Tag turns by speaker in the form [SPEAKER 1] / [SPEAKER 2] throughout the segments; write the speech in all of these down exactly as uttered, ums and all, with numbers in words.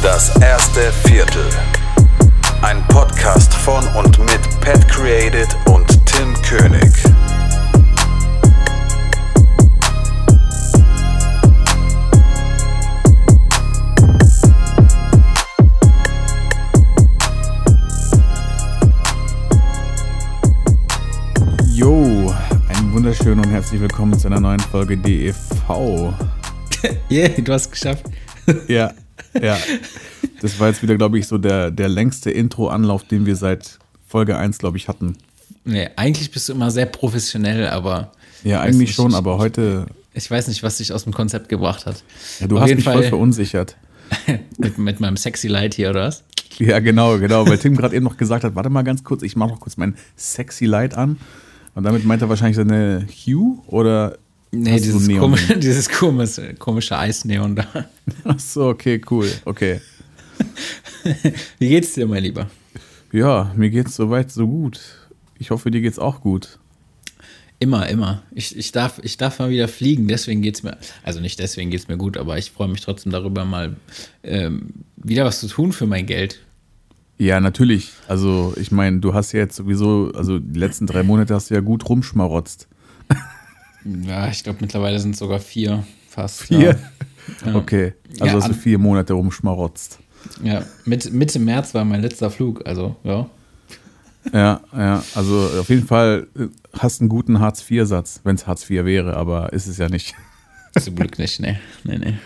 [SPEAKER 1] Das erste Viertel. Ein Podcast von und mit Pat Created und Tim König.
[SPEAKER 2] Jo, einen wunderschönen und herzlich willkommen zu einer neuen Folge D E V.
[SPEAKER 3] Yeah, du hast es geschafft.
[SPEAKER 2] Ja, ja. Das war jetzt wieder, glaube ich, so der, der längste Intro-Anlauf, den wir seit Folge eins, glaube ich, hatten.
[SPEAKER 3] Nee, eigentlich bist du immer sehr professionell, aber...
[SPEAKER 2] Ja, eigentlich schon, aber heute...
[SPEAKER 3] Ich weiß nicht, was dich aus dem Konzept gebracht hat.
[SPEAKER 2] Ja, du
[SPEAKER 3] Auf
[SPEAKER 2] hast
[SPEAKER 3] jeden
[SPEAKER 2] mich
[SPEAKER 3] Fall
[SPEAKER 2] voll verunsichert.
[SPEAKER 3] mit, mit meinem Sexy Light hier, oder was?
[SPEAKER 2] Ja, genau, genau, weil Tim gerade eben noch gesagt hat, warte mal ganz kurz, ich mache noch kurz mein Sexy Light an. Und damit meint er wahrscheinlich seine Hue oder...
[SPEAKER 3] Nee, dieses, komische, dieses komische, komische Eisneon da.
[SPEAKER 2] Ach so, okay, cool, okay.
[SPEAKER 3] Wie geht's dir, mein Lieber?
[SPEAKER 2] Ja, mir geht's soweit so gut. Ich hoffe, dir geht's auch gut.
[SPEAKER 3] Immer, immer. Ich, ich, darf, ich darf mal wieder fliegen, deswegen geht's mir, also nicht deswegen geht's mir gut, aber ich freue mich trotzdem darüber, mal ähm, wieder was zu tun für mein Geld.
[SPEAKER 2] Ja, natürlich. Also ich meine, du hast ja jetzt sowieso, also die letzten drei Monate hast du ja gut rumschmarotzt.
[SPEAKER 3] Ja, ich glaube mittlerweile sind es sogar vier, fast.
[SPEAKER 2] Vier?
[SPEAKER 3] Ja.
[SPEAKER 2] Okay, also
[SPEAKER 3] ja,
[SPEAKER 2] hast du vier Monate rumschmarotzt.
[SPEAKER 3] Ja, Mitte, Mitte März war mein letzter Flug, also ja.
[SPEAKER 2] Ja, ja, also auf jeden Fall hast einen guten Hartz vier Satz, wenn es Hartz vier wäre, aber ist es ja nicht.
[SPEAKER 3] Zum Glück nicht, nee, nee, nee.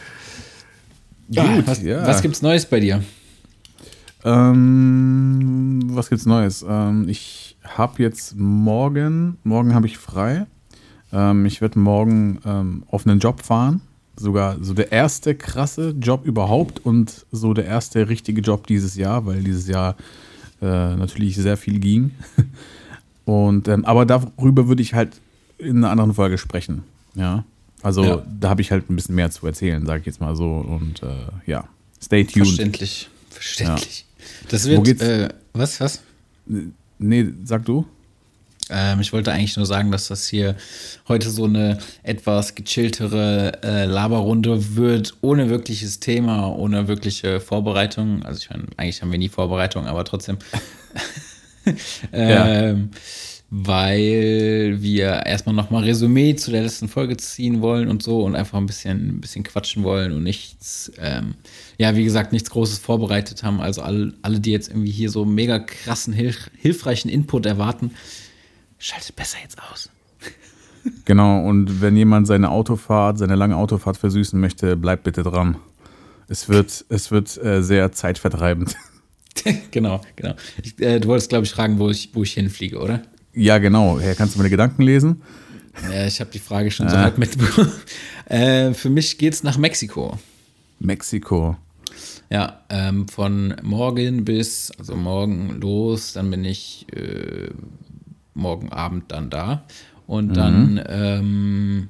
[SPEAKER 2] Gut,
[SPEAKER 3] was,
[SPEAKER 2] ja.
[SPEAKER 3] was gibt's Neues bei dir?
[SPEAKER 2] Ähm, was gibt's Neues? Ähm, ich habe jetzt morgen, morgen habe ich frei. Ähm, ich werde morgen ähm, auf einen Job fahren. Sogar so der erste krasse Job überhaupt und so der erste richtige Job dieses Jahr, weil dieses Jahr äh, natürlich sehr viel ging. Und, ähm, aber darüber würde ich halt in einer anderen Folge sprechen. Ja, also ja. Da habe ich halt ein bisschen mehr zu erzählen, sage ich jetzt mal so. Und äh, ja, stay tuned.
[SPEAKER 3] Verständlich, verständlich. Ja. Das
[SPEAKER 2] Wo
[SPEAKER 3] wird,
[SPEAKER 2] geht's?
[SPEAKER 3] Äh, was, was?
[SPEAKER 2] Nee, sag du.
[SPEAKER 3] Ähm, ich wollte eigentlich nur sagen, dass das hier heute so eine etwas gechilltere äh, Laberrunde wird, ohne wirkliches Thema, ohne wirkliche Vorbereitung. Also ich meine, eigentlich haben wir nie Vorbereitung, aber trotzdem. ähm, ja. Weil wir erstmal nochmal Resümee zu der letzten Folge ziehen wollen und so und einfach ein bisschen, ein bisschen quatschen wollen und nichts, ähm, ja, wie gesagt, nichts Großes vorbereitet haben. Also alle, alle die jetzt irgendwie hier so mega krassen, hilf- hilfreichen Input erwarten, schaltet besser jetzt aus.
[SPEAKER 2] Genau, und wenn jemand seine Autofahrt, seine lange Autofahrt versüßen möchte, bleibt bitte dran. Es wird, es wird äh, sehr zeitvertreibend.
[SPEAKER 3] Genau, genau. Ich, äh, du wolltest, glaube ich, fragen, wo ich, wo ich hinfliege, oder?
[SPEAKER 2] Ja, genau. Hey, kannst du meine Gedanken lesen?
[SPEAKER 3] Ja, ich habe die Frage schon äh. so halb mitbekommen. äh, für mich geht's nach Mexiko.
[SPEAKER 2] Mexiko.
[SPEAKER 3] Ja, ähm, von morgen bis, also morgen los, dann bin ich äh, morgen Abend dann da und dann mhm. ähm,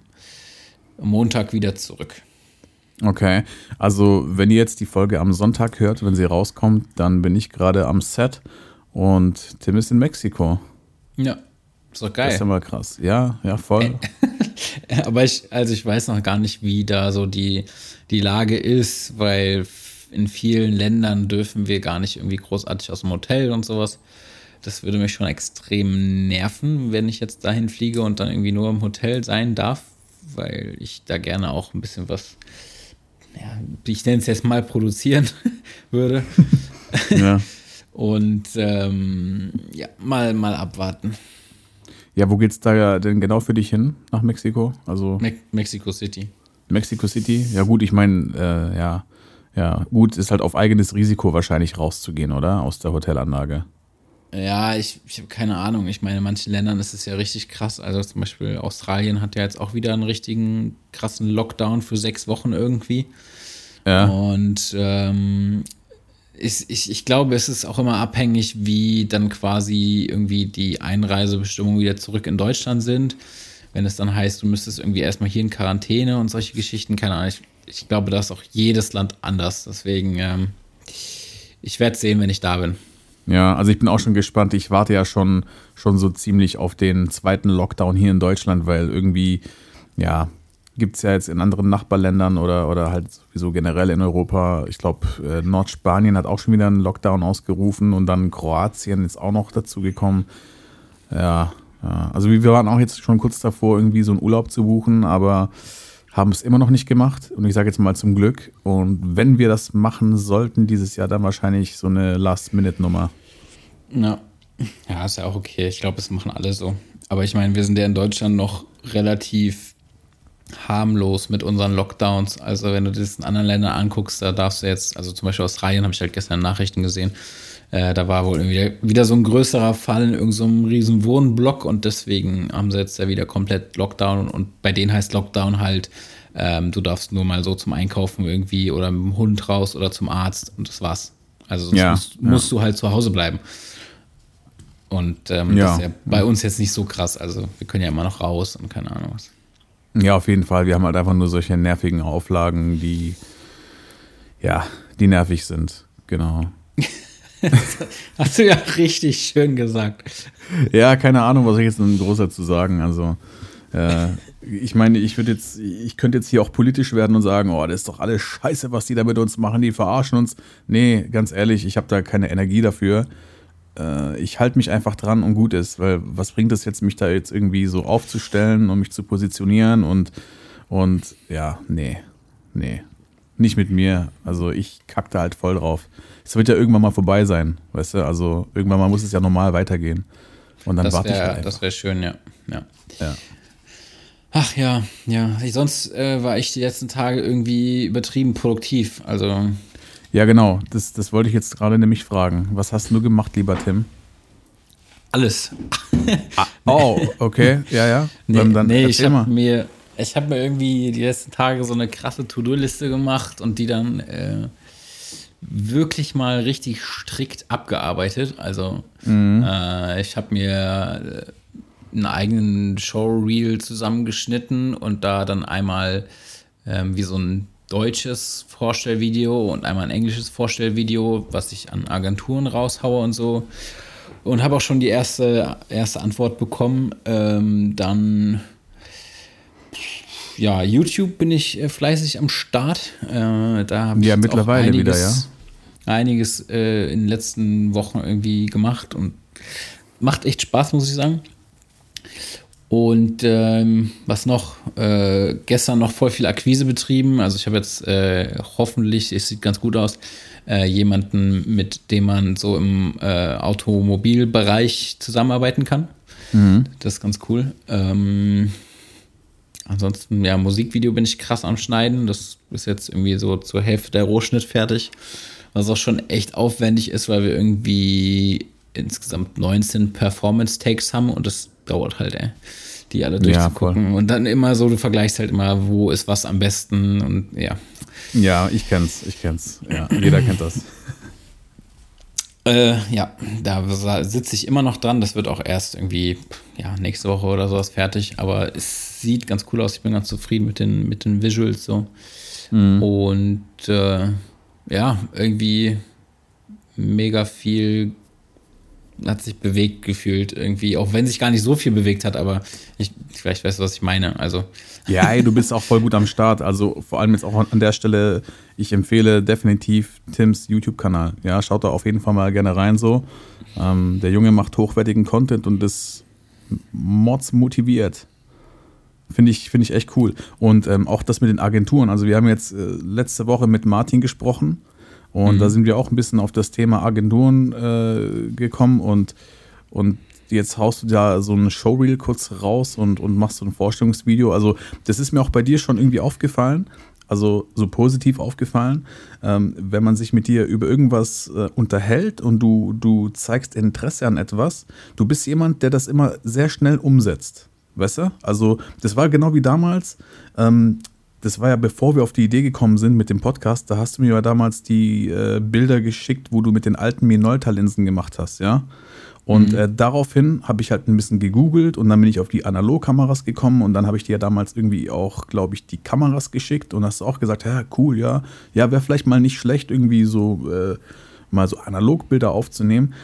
[SPEAKER 3] Montag wieder zurück.
[SPEAKER 2] Okay, also wenn ihr jetzt die Folge am Sonntag hört, wenn sie rauskommt, dann bin ich gerade am Set und Tim ist in Mexiko.
[SPEAKER 3] Ja, ist doch geil.
[SPEAKER 2] Das ist ja mal krass. Ja, ja, voll.
[SPEAKER 3] Aber ich, also ich weiß noch gar nicht, wie da so die, die Lage ist, weil in vielen Ländern dürfen wir gar nicht irgendwie großartig aus dem Hotel und sowas. Das würde mich schon extrem nerven, wenn ich jetzt dahin fliege und dann irgendwie nur im Hotel sein darf, weil ich da gerne auch ein bisschen was, ja, ich nenne es jetzt mal produzieren würde.
[SPEAKER 2] Ja.
[SPEAKER 3] Und ähm, ja, mal, mal abwarten.
[SPEAKER 2] Ja, wo geht's da denn genau für dich hin, nach Mexiko? Also
[SPEAKER 3] Me- Mexico City.
[SPEAKER 2] Mexico City? Ja gut, ich meine, äh, ja, ja, gut, ist halt auf eigenes Risiko wahrscheinlich rauszugehen, oder? Aus der Hotelanlage.
[SPEAKER 3] Ja, ich, ich habe keine Ahnung. Ich meine, in manchen Ländern ist es ja richtig krass. Also zum Beispiel Australien hat ja jetzt auch wieder einen richtigen krassen Lockdown für sechs Wochen irgendwie.
[SPEAKER 2] Ja.
[SPEAKER 3] Und ähm, ich, ich, ich glaube, es ist auch immer abhängig, wie dann quasi irgendwie die Einreisebestimmungen wieder zurück in Deutschland sind. Wenn es dann heißt, du müsstest irgendwie erstmal hier in Quarantäne und solche Geschichten, keine Ahnung. Ich, ich glaube, da ist auch jedes Land anders. Deswegen, ähm, ich werde es sehen, wenn ich da bin.
[SPEAKER 2] Ja, also ich bin auch schon gespannt. Ich warte ja schon, schon so ziemlich auf den zweiten Lockdown hier in Deutschland, weil irgendwie, ja, gibt es ja jetzt in anderen Nachbarländern oder, oder halt sowieso generell in Europa. Ich glaube, äh, Nordspanien hat auch schon wieder einen Lockdown ausgerufen und dann Kroatien ist auch noch dazu gekommen. Ja, ja, also wir waren auch jetzt schon kurz davor, irgendwie so einen Urlaub zu buchen, aber haben es immer noch nicht gemacht. Und ich sage jetzt mal zum Glück. Und wenn wir das machen sollten dieses Jahr, dann wahrscheinlich so eine Last-Minute-Nummer.
[SPEAKER 3] Ja. Ja, ist ja auch okay. Ich glaube, das machen alle so. Aber ich meine, wir sind ja in Deutschland noch relativ harmlos mit unseren Lockdowns. Also wenn du das in anderen Ländern anguckst, da darfst du jetzt, also zum Beispiel Australien, habe ich halt gestern in Nachrichten gesehen, äh, da war wohl wieder, wieder so ein größerer Fall in irgendeinem so riesen Wohnblock und deswegen haben sie jetzt ja wieder komplett Lockdown und bei denen heißt Lockdown halt, ähm, du darfst nur mal so zum Einkaufen irgendwie oder mit dem Hund raus oder zum Arzt und das war's. Also sonst
[SPEAKER 2] ja,
[SPEAKER 3] musst,
[SPEAKER 2] ja.
[SPEAKER 3] musst du halt zu Hause bleiben. Und ähm,
[SPEAKER 2] Ja.
[SPEAKER 3] das ist ja bei uns jetzt nicht so krass. Also wir können ja immer noch raus und keine Ahnung was.
[SPEAKER 2] Ja, auf jeden Fall. Wir haben halt einfach nur solche nervigen Auflagen, die, ja, die nervig sind. Genau.
[SPEAKER 3] Hast du ja richtig schön gesagt.
[SPEAKER 2] Ja, keine Ahnung, was soll ich jetzt noch groß dazu sagen. Also, äh, ich meine, ich würde jetzt, ich könnte jetzt hier auch politisch werden und sagen, oh, das ist doch alles scheiße, was die da mit uns machen, die verarschen uns. Nee, ganz ehrlich, ich habe da keine Energie dafür. Äh, ich halte mich einfach dran und gut ist, weil was bringt es jetzt, mich da jetzt irgendwie so aufzustellen und mich zu positionieren und, und ja, nee, nee, nicht mit mir. Also ich kack da halt voll drauf. Es wird ja irgendwann mal vorbei sein, weißt du, also irgendwann mal muss es ja normal weitergehen. Und dann
[SPEAKER 3] Das
[SPEAKER 2] warte ich halt
[SPEAKER 3] wäre
[SPEAKER 2] einfach.
[SPEAKER 3] das wär schön, ja. ja.
[SPEAKER 2] Ja.
[SPEAKER 3] Ach ja, ja. Ich, sonst äh, war ich die letzten Tage irgendwie übertrieben produktiv. Also
[SPEAKER 2] Ja, genau, das, das wollte ich jetzt gerade nämlich fragen. Was hast du gemacht, lieber Tim?
[SPEAKER 3] alles.
[SPEAKER 2] Oh, okay, ja, ja.
[SPEAKER 3] Nee,
[SPEAKER 2] Dann, dann
[SPEAKER 3] nee ich
[SPEAKER 2] erzähl
[SPEAKER 3] habe
[SPEAKER 2] mal.
[SPEAKER 3] mir, ich hab mir irgendwie die letzten Tage so eine krasse To-Do-Liste gemacht und die dann äh, wirklich mal richtig strikt abgearbeitet. Also
[SPEAKER 2] Mhm.
[SPEAKER 3] äh, ich habe mir äh, einen eigenen Showreel zusammengeschnitten und da dann einmal ähm, wie so ein deutsches Vorstellvideo und einmal ein englisches Vorstellvideo, was ich an Agenturen raushaue und so. Und habe auch schon die erste, erste Antwort bekommen. Ähm, dann, ja, YouTube bin ich äh, fleißig am Start. Äh, da habe ich
[SPEAKER 2] Ja,
[SPEAKER 3] jetzt
[SPEAKER 2] mittlerweile
[SPEAKER 3] auch einiges,
[SPEAKER 2] wieder,
[SPEAKER 3] einiges äh, in den letzten Wochen irgendwie gemacht und macht echt Spaß, muss ich sagen. Und ähm, was noch? Äh, gestern noch voll viel Akquise betrieben. Also ich habe jetzt äh, hoffentlich, es sieht ganz gut aus, äh, jemanden, mit dem man so im äh, Automobilbereich zusammenarbeiten kann.
[SPEAKER 2] Mhm.
[SPEAKER 3] Das ist ganz cool. Ähm, ansonsten, ja, Musikvideo bin ich krass am Schneiden. Das ist jetzt irgendwie so zur Hälfte der Rohschnitt fertig. Was auch schon echt aufwendig ist, weil wir irgendwie insgesamt neunzehn Performance-Takes haben und das dauert halt, ey, die alle durchzugucken. Ja, und dann immer so, du vergleichst halt immer, wo ist was am besten und ja.
[SPEAKER 2] Ja, ich kenn's, ich kenn's. Ja, jeder kennt das.
[SPEAKER 3] Äh, ja, da sitze ich immer noch dran. Das wird auch erst irgendwie, ja, nächste Woche oder sowas fertig. Aber es sieht ganz cool aus. Ich bin ganz zufrieden mit den, mit den Visuals so. Mhm. Und äh, ja, irgendwie mega viel hat sich bewegt gefühlt irgendwie, auch wenn sich gar nicht so viel bewegt hat, aber ich, vielleicht weißt du, was ich meine. Also
[SPEAKER 2] ja, ey, du bist auch voll gut am Start. Also vor allem jetzt auch an der Stelle, ich empfehle definitiv Tims YouTube-Kanal. Ja, schaut da auf jeden Fall mal gerne rein so. Ähm, der Junge macht hochwertigen Content und ist mods motiviert. Finde ich, finde ich echt cool. Und ähm, auch das mit den Agenturen. Also wir haben jetzt äh, letzte Woche mit Martin gesprochen. Und mhm. da sind wir auch ein bisschen auf das Thema Agenturen äh, gekommen und, und jetzt haust du da so ein Showreel kurz raus und, und machst so ein Vorstellungsvideo. Also das ist mir auch bei dir schon irgendwie aufgefallen, also so positiv aufgefallen, ähm, wenn man sich mit dir über irgendwas äh, unterhält und du, du zeigst Interesse an etwas, du bist jemand, der das immer sehr schnell umsetzt, weißt du? Also das war genau wie damals, ähm, das war ja, bevor wir auf die Idee gekommen sind mit dem Podcast, da hast du mir ja damals die äh, Bilder geschickt, wo du mit den alten Minolta-Linsen gemacht hast, ja. Und mhm. äh, daraufhin habe ich halt ein bisschen gegoogelt und dann bin ich auf die Analogkameras gekommen und dann habe ich dir ja damals irgendwie auch, glaube ich, die Kameras geschickt und hast auch gesagt, ja, cool, ja, ja, wäre vielleicht mal nicht schlecht, irgendwie so äh, mal so Analogbilder aufzunehmen.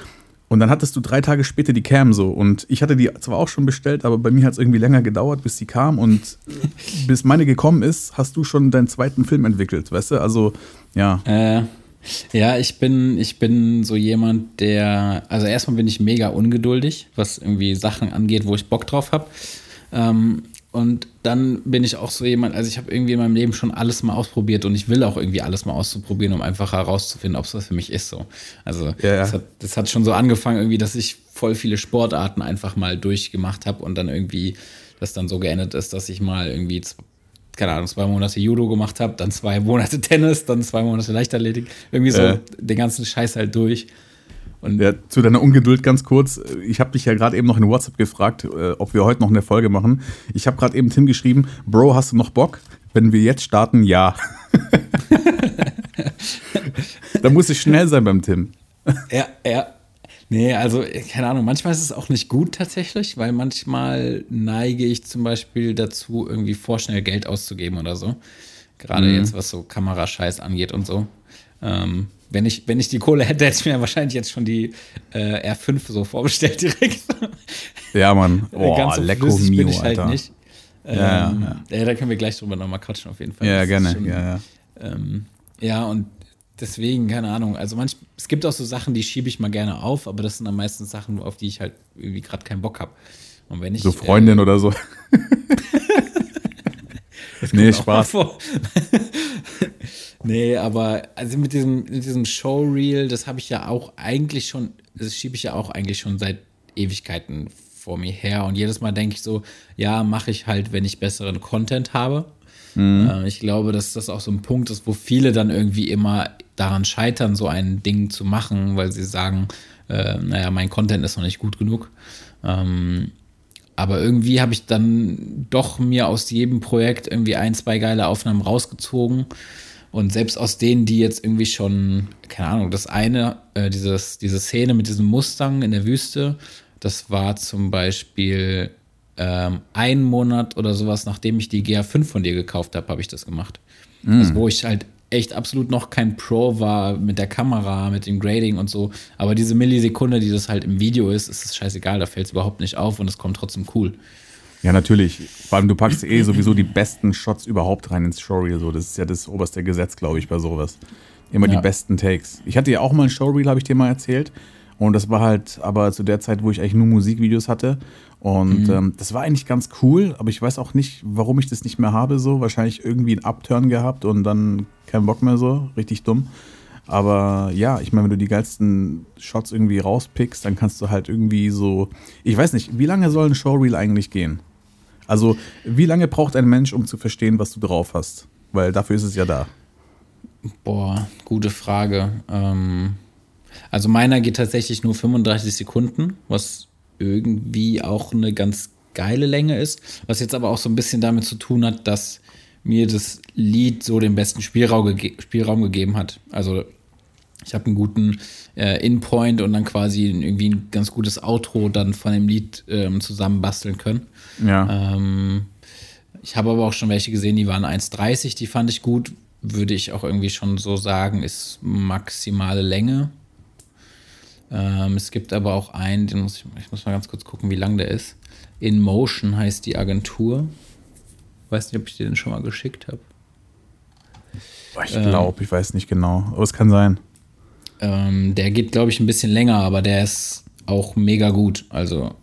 [SPEAKER 2] Und dann hattest du drei Tage später die Cam so. Und ich hatte die zwar auch schon bestellt, aber bei mir hat es irgendwie länger gedauert, bis die kam. Und bis meine gekommen ist, hast du schon deinen zweiten Film entwickelt, weißt du? Also, ja.
[SPEAKER 3] Äh, ja, ich bin, ich bin so jemand, der, also erstmal bin ich mega ungeduldig, was irgendwie Sachen angeht, wo ich Bock drauf habe. Ähm, und dann bin ich auch so jemand, also ich habe irgendwie in meinem Leben schon alles mal ausprobiert und ich will auch irgendwie alles mal auszuprobieren, um einfach herauszufinden, ob es was für mich ist. So. Also ja, ja. Das, hat, das hat schon so angefangen, irgendwie, dass ich voll viele Sportarten einfach mal durchgemacht habe und dann irgendwie das dann so geendet ist, dass ich mal irgendwie, keine Ahnung, zwei Monate Judo gemacht habe, dann zwei Monate Tennis, dann zwei Monate Leichtathletik, irgendwie so äh. den ganzen Scheiß halt durch.
[SPEAKER 2] Und ja, zu deiner Ungeduld ganz kurz. Ich habe dich ja gerade eben noch in WhatsApp gefragt, äh, ob wir heute noch eine Folge machen. Ich habe gerade eben Tim geschrieben, Bro, hast du noch Bock? Wenn wir jetzt starten, ja. Da muss ich schnell sein beim Tim.
[SPEAKER 3] Ja, ja. Nee, also, keine Ahnung, manchmal ist es auch nicht gut tatsächlich, weil manchmal neige ich zum Beispiel dazu, irgendwie vorschnell Geld auszugeben oder so. Gerade mhm. jetzt, was so Kamerascheiß angeht und so. Ähm, Wenn ich, wenn ich die Kohle hätte, hätte ich mir wahrscheinlich jetzt schon die äh, R fünf so vorbestellt direkt.
[SPEAKER 2] Ja, Mann. Oh,
[SPEAKER 3] ganz so
[SPEAKER 2] Lecco Mio,
[SPEAKER 3] bin ich halt
[SPEAKER 2] Alter.
[SPEAKER 3] nicht. Ähm,
[SPEAKER 2] ja, ja.
[SPEAKER 3] ja, da können wir gleich drüber nochmal quatschen auf jeden Fall.
[SPEAKER 2] Ja,
[SPEAKER 3] das
[SPEAKER 2] gerne.
[SPEAKER 3] Schon,
[SPEAKER 2] ja, ja.
[SPEAKER 3] Ähm, ja, und deswegen, keine Ahnung. Also manch, es gibt auch so Sachen, die schiebe ich mal gerne auf, aber das sind dann meistens Sachen, auf die ich halt irgendwie gerade keinen Bock habe. Und wenn ich,
[SPEAKER 2] so Freundin äh, oder so. Nee, Spaß.
[SPEAKER 3] Nee, aber also mit diesem, mit diesem Showreel, das habe ich ja auch eigentlich schon, das schiebe ich ja auch eigentlich schon seit Ewigkeiten vor mir her. Und jedes Mal denke ich so, ja, mache ich halt, wenn ich besseren Content habe. Mhm. Äh, ich glaube, dass das auch so ein Punkt ist, wo viele dann irgendwie immer daran scheitern, so ein Ding zu machen, weil sie sagen, äh, naja, mein Content ist noch nicht gut genug. Ähm, Aber irgendwie habe ich dann doch mir aus jedem Projekt irgendwie ein, zwei geile Aufnahmen rausgezogen. Und selbst aus denen, die jetzt irgendwie schon, keine Ahnung, das eine, äh, dieses, diese Szene mit diesem Mustang in der Wüste, das war zum Beispiel ähm, ein Monat oder sowas, nachdem ich die G A fünf von dir gekauft habe, habe ich das gemacht. Mm. Also wo ich halt echt absolut noch kein Pro war mit der Kamera, mit dem Grading und so. Aber diese Millisekunde, die das halt im Video ist, ist es scheißegal, da fällt es überhaupt nicht auf und es kommt trotzdem cool.
[SPEAKER 2] Ja, natürlich. Vor allem, du packst eh sowieso die besten Shots überhaupt rein ins Showreel. So. Das ist ja das oberste Gesetz, glaube ich, bei sowas. Immer ja. Die besten Takes. Ich hatte ja auch mal ein Showreel, habe ich dir mal erzählt. Und das war halt aber zu der Zeit, wo ich eigentlich nur Musikvideos hatte. Und mhm. ähm, das war eigentlich ganz cool, aber ich weiß auch nicht, warum ich das nicht mehr habe. So wahrscheinlich irgendwie einen Upturn gehabt und dann keinen Bock mehr so. Richtig dumm. Aber ja, ich meine, wenn du die geilsten Shots irgendwie rauspickst, dann kannst du halt irgendwie so, ich weiß nicht, wie lange soll ein Showreel eigentlich gehen? Also, wie lange braucht ein Mensch, um zu verstehen, was du drauf hast? Weil dafür ist es ja da.
[SPEAKER 3] Boah, gute Frage. Ähm, also meiner geht tatsächlich nur fünfunddreißig Sekunden, was irgendwie auch eine ganz geile Länge ist. Was jetzt aber auch so ein bisschen damit zu tun hat, dass mir das Lied so den besten Spielraum, gege- Spielraum gegeben hat. Also ich habe einen guten äh, In-Point und dann quasi irgendwie ein ganz gutes Outro dann von dem Lied ähm, zusammenbasteln können.
[SPEAKER 2] Ja.
[SPEAKER 3] Ähm, ich habe aber auch schon welche gesehen, die waren eins dreißig, die fand ich gut. Würde ich auch irgendwie schon so sagen, ist maximale Länge. Ähm, es gibt aber auch einen, den muss ich, ich muss mal ganz kurz gucken, wie lang der ist. In Motion heißt die Agentur. Weiß nicht, ob ich dir den schon mal geschickt habe.
[SPEAKER 2] Ich glaube, ähm, ich weiß nicht genau, aber es kann sein.
[SPEAKER 3] Ähm, der geht, glaube ich, ein bisschen länger, aber der ist auch mega gut. Also,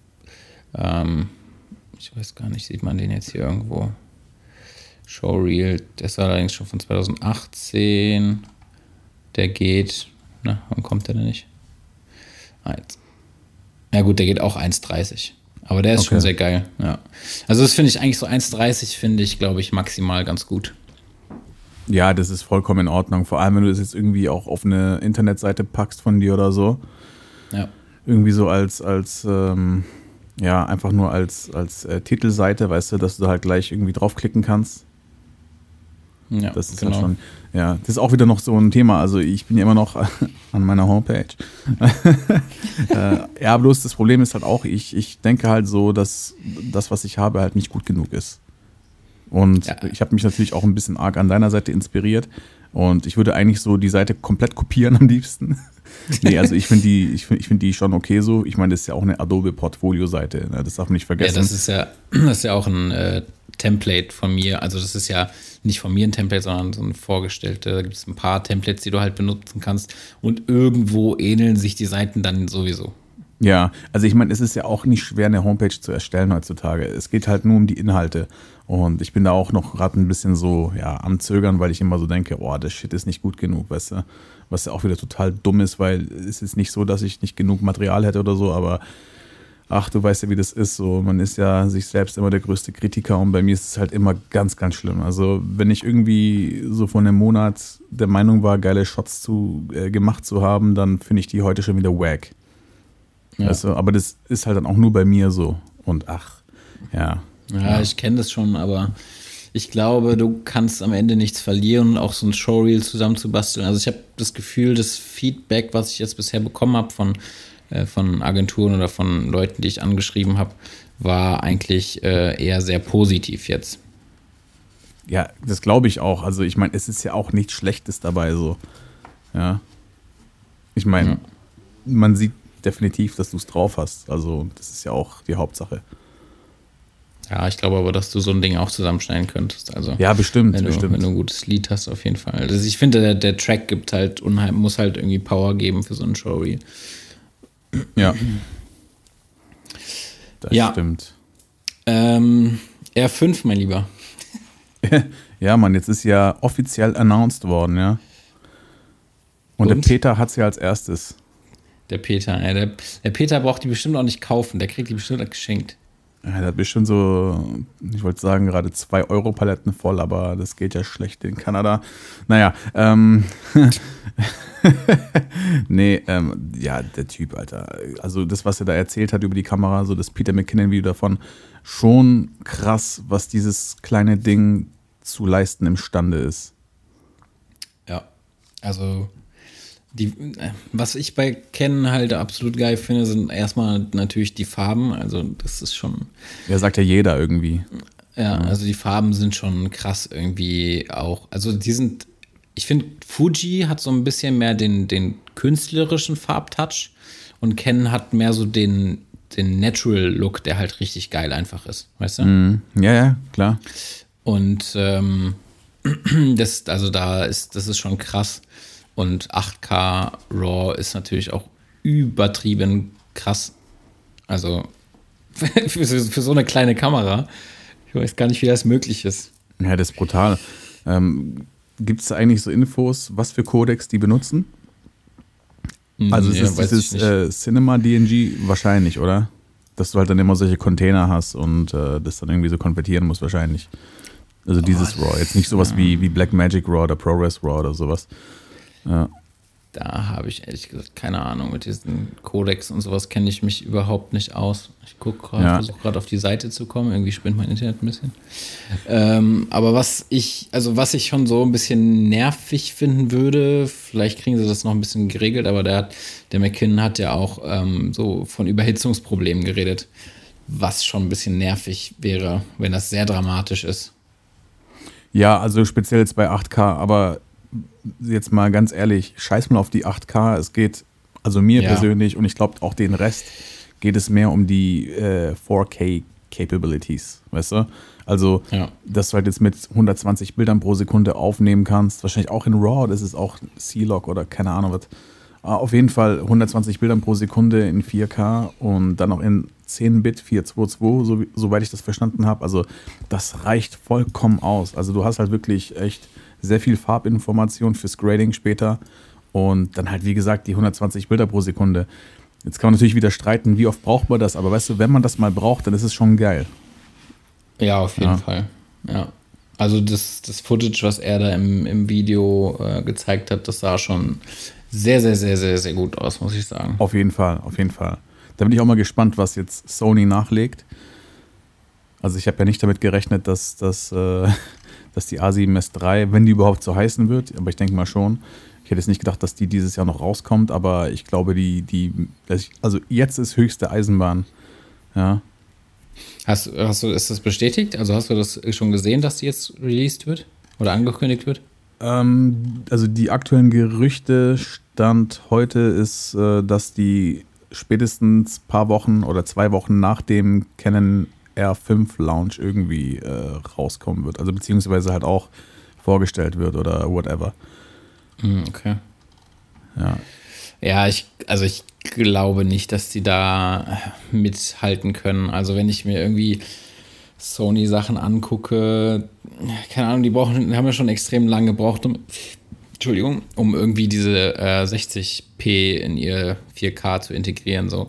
[SPEAKER 3] ähm, ich weiß gar nicht, sieht man den jetzt hier irgendwo? Showreel, der ist allerdings schon von zwanzig achtzehn. Der geht, na, wann kommt der denn nicht? Eins. Ja gut, der geht auch eins dreißig. Aber der ist okay. Schon sehr geil, ja. Also das finde ich eigentlich so eins dreißig, finde ich, glaube ich, maximal ganz gut.
[SPEAKER 2] Ja, das ist vollkommen in Ordnung. Vor allem, wenn du das jetzt irgendwie auch auf eine Internetseite packst von dir oder so.
[SPEAKER 3] Ja.
[SPEAKER 2] Irgendwie so als, als ähm, ja, einfach nur als, als äh, Titelseite, weißt du, dass du da halt gleich irgendwie draufklicken kannst.
[SPEAKER 3] Ja,
[SPEAKER 2] das ist
[SPEAKER 3] genau.
[SPEAKER 2] ja schon, ja, das ist auch wieder noch so ein Thema. Also ich bin ja immer noch an meiner Homepage. äh, ja, bloß das Problem ist halt auch, ich, ich denke halt so, dass das, was ich habe, halt nicht gut genug ist. Und ja. Ich habe mich natürlich auch ein bisschen arg an deiner Seite inspiriert. Und ich würde eigentlich so die Seite komplett kopieren am liebsten. Nee, also ich finde die, ich finde, ich finde die schon okay so. Ich meine, das ist ja auch eine Adobe-Portfolio-Seite. Ne? Das darf man nicht vergessen.
[SPEAKER 3] Ja, das ist ja, das ist ja auch ein äh, Template von mir. Also das ist ja nicht von mir ein Template, sondern so ein vorgestellte. Da gibt es ein paar Templates, die du halt benutzen kannst. Und irgendwo ähneln sich die Seiten dann sowieso.
[SPEAKER 2] Ja, also ich meine, es ist ja auch nicht schwer, eine Homepage zu erstellen heutzutage. Es geht halt nur um die Inhalte. Und ich bin da auch noch gerade ein bisschen so, ja, am Zögern, weil ich immer so denke, oh, das Shit ist nicht gut genug, weißt du? Was ja auch wieder total dumm ist, weil es ist nicht so, dass ich nicht genug Material hätte oder so, aber ach, du weißt ja, wie das ist. So, man ist ja sich selbst immer der größte Kritiker und bei mir ist es halt immer ganz, ganz schlimm. Also wenn ich irgendwie so vor einem Monat der Meinung war, geile Shots zu, äh, gemacht zu haben, dann finde ich die heute schon wieder wack. Ja. Weißt du? Aber das ist halt dann auch nur bei mir so. Und ach, ja.
[SPEAKER 3] Ja, ja. Ich kenne das schon, aber ich glaube, du kannst am Ende nichts verlieren, auch so ein Showreel zusammenzubasteln. Also ich habe das Gefühl, das Feedback, was ich jetzt bisher bekommen habe von, äh, von Agenturen oder von Leuten, die ich angeschrieben habe, war eigentlich äh, eher sehr positiv jetzt.
[SPEAKER 2] Ja, das glaube ich auch. Also ich meine, es ist ja auch nichts Schlechtes dabei so. Ja. Ich meine, ja. Man sieht definitiv, dass du es drauf hast. Also das ist ja auch die Hauptsache.
[SPEAKER 3] Ja, ich glaube aber, dass du so ein Ding auch zusammenschneiden könntest. Also,
[SPEAKER 2] ja, bestimmt,
[SPEAKER 3] wenn du,
[SPEAKER 2] bestimmt.
[SPEAKER 3] Wenn du ein gutes Lied hast, auf jeden Fall. Also ich finde, der, der Track gibt halt unheim, muss halt irgendwie Power geben für so ein Showreel.
[SPEAKER 2] Ja. Das
[SPEAKER 3] ja.
[SPEAKER 2] stimmt.
[SPEAKER 3] Ähm, R fünf, mein Lieber.
[SPEAKER 2] Ja, Mann, jetzt ist ja offiziell announced worden, ja. Und, Und? der Peter hat sie ja als erstes.
[SPEAKER 3] Der Peter, ja, der, der Peter braucht die bestimmt auch nicht kaufen, der kriegt die bestimmt geschenkt.
[SPEAKER 2] Ja, der hat bestimmt so, ich wollte sagen, gerade zwei Euro Paletten voll, aber das geht ja schlecht in Kanada. Naja, ähm, nee, ähm, ja, der Typ, Alter. Also das, was er da erzählt hat über die Kamera, so das Peter McKinnon-Video davon, schon krass, was dieses kleine Ding zu leisten imstande ist.
[SPEAKER 3] Ja, also die, was ich bei Canon halt absolut geil finde, sind erstmal natürlich die Farben. Also das ist schon...
[SPEAKER 2] Ja, sagt ja jeder irgendwie.
[SPEAKER 3] Ja, also die Farben sind schon krass irgendwie auch. Also die sind... Ich finde, Fuji hat so ein bisschen mehr den, den künstlerischen Farbtouch und Canon hat mehr so den, den Natural Look, der halt richtig geil einfach ist. Weißt du?
[SPEAKER 2] Mm, ja, ja, klar.
[SPEAKER 3] Und ähm, das, also da ist, das ist schon krass. Und acht K RAW ist natürlich auch übertrieben krass. Also für, für so eine kleine Kamera. Ich weiß gar nicht, wie das möglich ist.
[SPEAKER 2] Ja, das ist brutal. Ähm, Gibt es da eigentlich so Infos, was für Codecs die benutzen? Also
[SPEAKER 3] nee,
[SPEAKER 2] es ist dieses äh, Cinema D N G wahrscheinlich, oder? Dass du halt dann immer solche Container hast und äh, das dann irgendwie so konvertieren musst wahrscheinlich. Also dieses oh, RAW. Jetzt nicht sowas ja. wie, wie Blackmagic RAW oder ProRes RAW oder sowas. Ja.
[SPEAKER 3] Da habe ich ehrlich gesagt keine Ahnung. Mit diesen Codecs und sowas kenne ich mich überhaupt nicht aus. Ich gucke gerade, ja. versuche gerade auf die Seite zu kommen. Irgendwie spinnt mein Internet ein bisschen. Ähm, aber was ich, also was ich schon so ein bisschen nervig finden würde, vielleicht kriegen sie das noch ein bisschen geregelt, aber der, hat, der McKinnon hat ja auch ähm, so von Überhitzungsproblemen geredet, was schon ein bisschen nervig wäre, wenn das sehr dramatisch ist.
[SPEAKER 2] Ja, also speziell jetzt bei acht K, aber jetzt mal ganz ehrlich, scheiß mal auf die acht K. Es geht, also mir ja. persönlich und ich glaube auch den Rest, geht es mehr um die äh, vier K Capabilities, weißt du? Also, ja. dass du halt jetzt mit hundertzwanzig Bildern pro Sekunde aufnehmen kannst, wahrscheinlich auch in RAW, das ist auch C-Log oder keine Ahnung was. Aber auf jeden Fall hundertzwanzig Bildern pro Sekunde in vier K und dann noch in zehn Bit vierhundertzweiundzwanzig, so, soweit ich das verstanden habe. Also das reicht vollkommen aus. Also du hast halt wirklich echt sehr viel Farbinformation fürs Grading später und dann halt, wie gesagt, die hundertzwanzig Bilder pro Sekunde. Jetzt kann man natürlich wieder streiten, wie oft braucht man das, aber weißt du, wenn man das mal braucht, dann ist es schon geil.
[SPEAKER 3] Ja, auf jeden ja. Fall. Ja. Also das, das Footage, was er da im, im Video äh, gezeigt hat, das sah schon sehr, sehr, sehr, sehr, sehr gut aus, muss ich sagen.
[SPEAKER 2] Auf jeden Fall, auf jeden Fall. Da bin ich auch mal gespannt, was jetzt Sony nachlegt. Also ich habe ja nicht damit gerechnet, dass, dass, äh, dass die A sieben S drei, wenn die überhaupt so heißen wird, aber ich denke mal schon. Ich hätte jetzt nicht gedacht, dass die dieses Jahr noch rauskommt, aber ich glaube, die, die, also jetzt ist höchste Eisenbahn. Ja.
[SPEAKER 3] Hast, hast du, ist das bestätigt? Also hast du das schon gesehen, dass die jetzt released wird? Oder angekündigt wird?
[SPEAKER 2] Ähm, also die aktuellen Gerüchte Stand heute ist, äh, dass die spätestens ein paar Wochen oder zwei Wochen nach dem Canon R fünf Launch irgendwie äh, rauskommen wird. Also beziehungsweise halt auch vorgestellt wird oder whatever.
[SPEAKER 3] Okay.
[SPEAKER 2] Ja.
[SPEAKER 3] Ja, ich, also ich glaube nicht, dass die da mithalten können. Also wenn ich mir irgendwie Sony-Sachen angucke, keine Ahnung, die brauchen, die haben ja schon extrem lange gebraucht, um, Entschuldigung, um irgendwie diese äh, sechzig p in ihr vier K zu integrieren. So.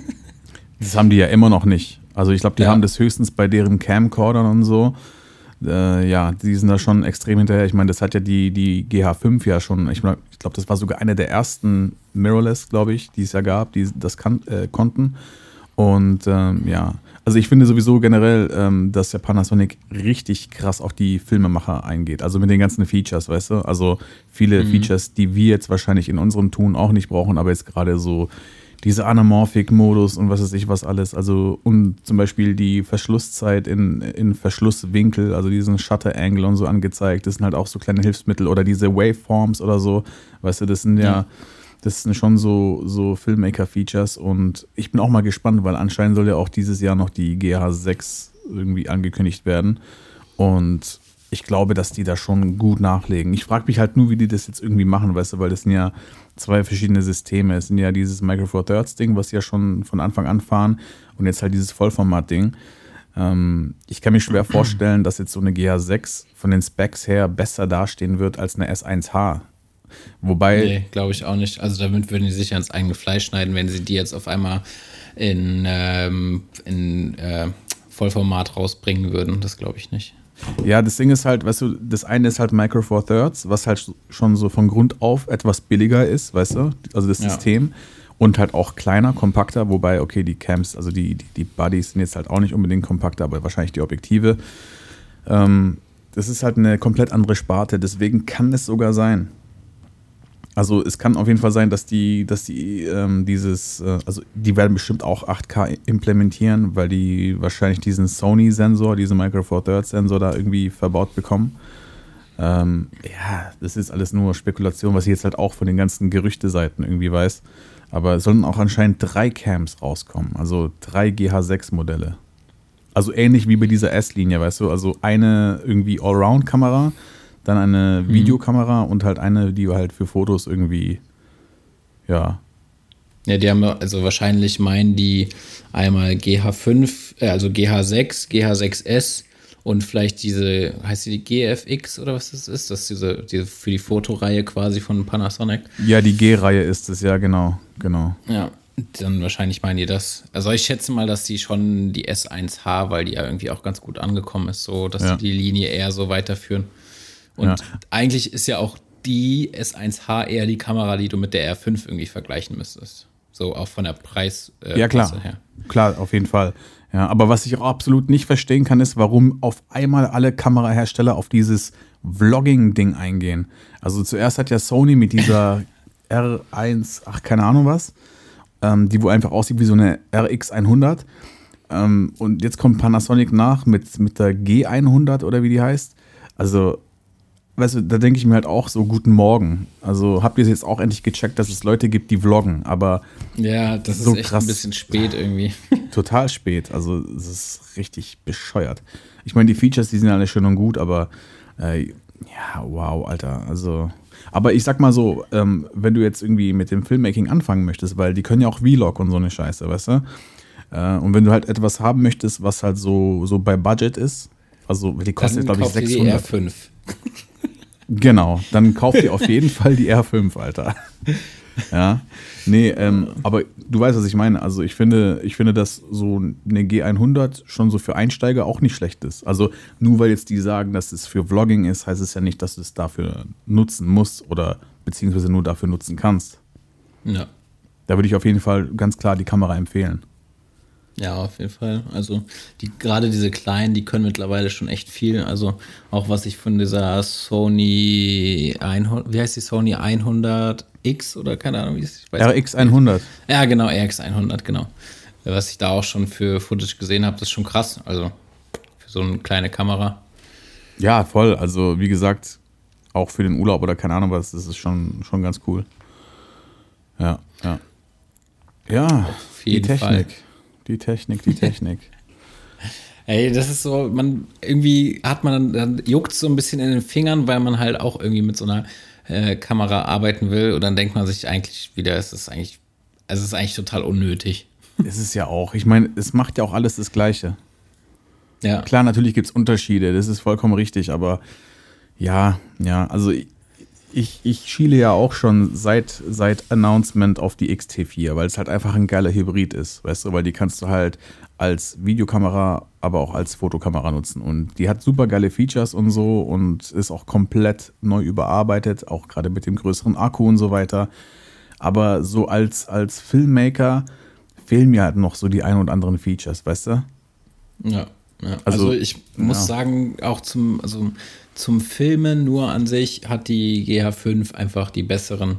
[SPEAKER 2] Das haben die ja immer noch nicht. Also ich glaube, die
[SPEAKER 3] Ja.
[SPEAKER 2] haben das höchstens bei deren Camcordern und so. Äh, ja, die sind da schon extrem hinterher. Ich meine, das hat ja die, die G H fünf ja schon, ich, mein, ich glaube, das war sogar eine der ersten Mirrorless, glaube ich, die es ja gab, die das kan- äh, konnten. Und ähm, ja, also ich finde sowieso generell, ähm, dass der Panasonic richtig krass auf die Filmemacher eingeht. Also mit den ganzen Features, weißt du? Also viele mhm. Features, die wir jetzt wahrscheinlich in unserem Tun auch nicht brauchen, aber jetzt gerade so diese Anamorphic-Modus und was weiß ich was alles. Also und zum Beispiel die Verschlusszeit in, in Verschlusswinkel, also diesen Shutter-Angle und so angezeigt. Das sind halt auch so kleine Hilfsmittel oder diese Waveforms oder so. Weißt du, das sind ja, ja das sind schon so, so Filmmaker-Features und ich bin auch mal gespannt, weil anscheinend soll ja auch dieses Jahr noch die G H sechs irgendwie angekündigt werden und ich glaube, dass die da schon gut nachlegen. Ich frage mich halt nur, wie die das jetzt irgendwie machen, weißt du, weil das sind ja zwei verschiedene Systeme. Es sind ja dieses Micro Four Thirds Ding, was sie ja schon von Anfang an fahren und jetzt halt dieses Vollformat-Ding. Ähm, ich kann mir schwer vorstellen, dass jetzt so eine G H sechs von den Specs her besser dastehen wird als eine S eins H. Wobei.
[SPEAKER 3] Nee, glaube ich auch nicht. Also damit würden die sicher ins eigene Fleisch schneiden, wenn sie die jetzt auf einmal in, ähm, in äh, Vollformat rausbringen würden. Das glaube ich nicht.
[SPEAKER 2] Ja, das Ding ist halt, weißt du, das eine ist halt Micro Four Thirds, was halt schon so von Grund auf etwas billiger ist, weißt du, also das ja. System und halt auch kleiner, kompakter, wobei, okay, die Cams, also die, die, die Buddies sind jetzt halt auch nicht unbedingt kompakter, aber wahrscheinlich die Objektive. Ähm, das ist halt eine komplett andere Sparte, deswegen kann es sogar sein. Also es kann auf jeden Fall sein, dass die, dass die ähm, dieses, äh, also die werden bestimmt auch acht K implementieren, weil die wahrscheinlich diesen Sony-Sensor, diesen Micro Four Thirds-Sensor da irgendwie verbaut bekommen. Ähm, ja, das ist alles nur Spekulation, was ich jetzt halt auch von den ganzen Gerüchteseiten irgendwie weiß. Aber es sollen auch anscheinend drei Cams rauskommen, also drei G H sechs Modelle. Also ähnlich wie bei dieser S-Linie, weißt du, also eine irgendwie Allround-Kamera, dann eine Videokamera und halt eine, die halt für Fotos irgendwie, ja.
[SPEAKER 3] Ja, die haben, also wahrscheinlich meinen die einmal G H fünf, äh, also G H sechs, G H sechs S und vielleicht diese, heißt die G F X oder was das ist? Das ist diese, diese für die Fotoreihe quasi von Panasonic.
[SPEAKER 2] Ja, die G-Reihe ist es, ja, genau, genau.
[SPEAKER 3] Ja, dann wahrscheinlich meinen die das. Also ich schätze mal, dass die schon die S eins H, weil die ja irgendwie auch ganz gut angekommen ist, so, dass
[SPEAKER 2] ja.
[SPEAKER 3] die die Linie eher so weiterführen. Und ja. eigentlich ist ja auch die S eins H eher die Kamera, die du mit der R fünf irgendwie vergleichen müsstest. So auch von der Preis äh,
[SPEAKER 2] ja, klar.
[SPEAKER 3] her.
[SPEAKER 2] Klar, auf jeden Fall. Ja, aber was ich auch absolut nicht verstehen kann, ist, warum auf einmal alle Kamerahersteller auf dieses Vlogging-Ding eingehen. Also zuerst hat ja Sony mit dieser R eins, ach, keine Ahnung was, ähm, die wo einfach aussieht wie so eine R X hundert. Ähm, und jetzt kommt Panasonic nach mit, mit der G hundert oder wie die heißt. Also weißt du, da denke ich mir halt auch so, guten Morgen. Also habt ihr es jetzt auch endlich gecheckt, dass es Leute gibt, die vloggen, aber
[SPEAKER 3] ja, das
[SPEAKER 2] so
[SPEAKER 3] ist echt
[SPEAKER 2] krass,
[SPEAKER 3] ein bisschen spät irgendwie.
[SPEAKER 2] Total spät, also es ist richtig bescheuert. Ich meine, die Features, die sind alle schön und gut, aber äh, ja, wow, Alter, also aber ich sag mal so, ähm, wenn du jetzt irgendwie mit dem Filmmaking anfangen möchtest, weil die können ja auch Vlog und so eine Scheiße, weißt du? Äh, und wenn du halt etwas haben möchtest, was halt so, so bei Budget ist, also die kostet, glaube ich, sechshundert.
[SPEAKER 3] Die R fünf.
[SPEAKER 2] Genau, dann kauft ihr auf jeden Fall die R fünf, Alter. Ja, nee, ähm, aber du weißt, was ich meine. Also ich finde, ich finde, dass so eine G hundert schon so für Einsteiger auch nicht schlecht ist. Also nur weil jetzt die sagen, dass es für Vlogging ist, heißt es ja nicht, dass du es dafür nutzen musst oder beziehungsweise nur dafür nutzen kannst.
[SPEAKER 3] Ja.
[SPEAKER 2] Da würde ich auf jeden Fall ganz klar die Kamera empfehlen.
[SPEAKER 3] Ja, auf jeden Fall. Also die gerade diese kleinen, die können mittlerweile schon echt viel. Also auch was ich von dieser Sony hundert, wie heißt die Sony hundert X oder keine Ahnung, wie es ist.
[SPEAKER 2] R X hundert.
[SPEAKER 3] Ja, genau, R X hundert, genau. Was ich da auch schon für Footage gesehen habe, das ist schon krass. Also für so eine kleine Kamera.
[SPEAKER 2] Ja, voll. Also wie gesagt, auch für den Urlaub oder keine Ahnung was, das ist schon, schon ganz cool. Ja, ja. Ja,
[SPEAKER 3] Auf jeden
[SPEAKER 2] die Technik,
[SPEAKER 3] Fall.
[SPEAKER 2] die Technik, die Technik.
[SPEAKER 3] Ey, das ist so, man irgendwie hat man dann, dann juckt so ein bisschen in den Fingern, weil man halt auch irgendwie mit so einer äh, Kamera arbeiten will und dann denkt man sich eigentlich wieder, es ist eigentlich, also es ist eigentlich total unnötig.
[SPEAKER 2] Es ist ja auch, ich meine, es macht ja auch alles das Gleiche.
[SPEAKER 3] Ja.
[SPEAKER 2] Klar, natürlich gibt es Unterschiede, das ist vollkommen richtig, aber ja, ja, also ich, ich, ich schiele ja auch schon seit, seit Announcement auf die X T vier, weil es halt einfach ein geiler Hybrid ist, weißt du, weil die kannst du halt als Videokamera, aber auch als Fotokamera nutzen und die hat super geile Features und so und ist auch komplett neu überarbeitet, auch gerade mit dem größeren Akku und so weiter, aber so als, als Filmmaker fehlen mir halt noch so die ein oder anderen Features, weißt du?
[SPEAKER 3] Ja. Ja, also, also ich muss ja. sagen, auch zum, also zum Filmen nur an sich hat die G H fünf einfach die besseren,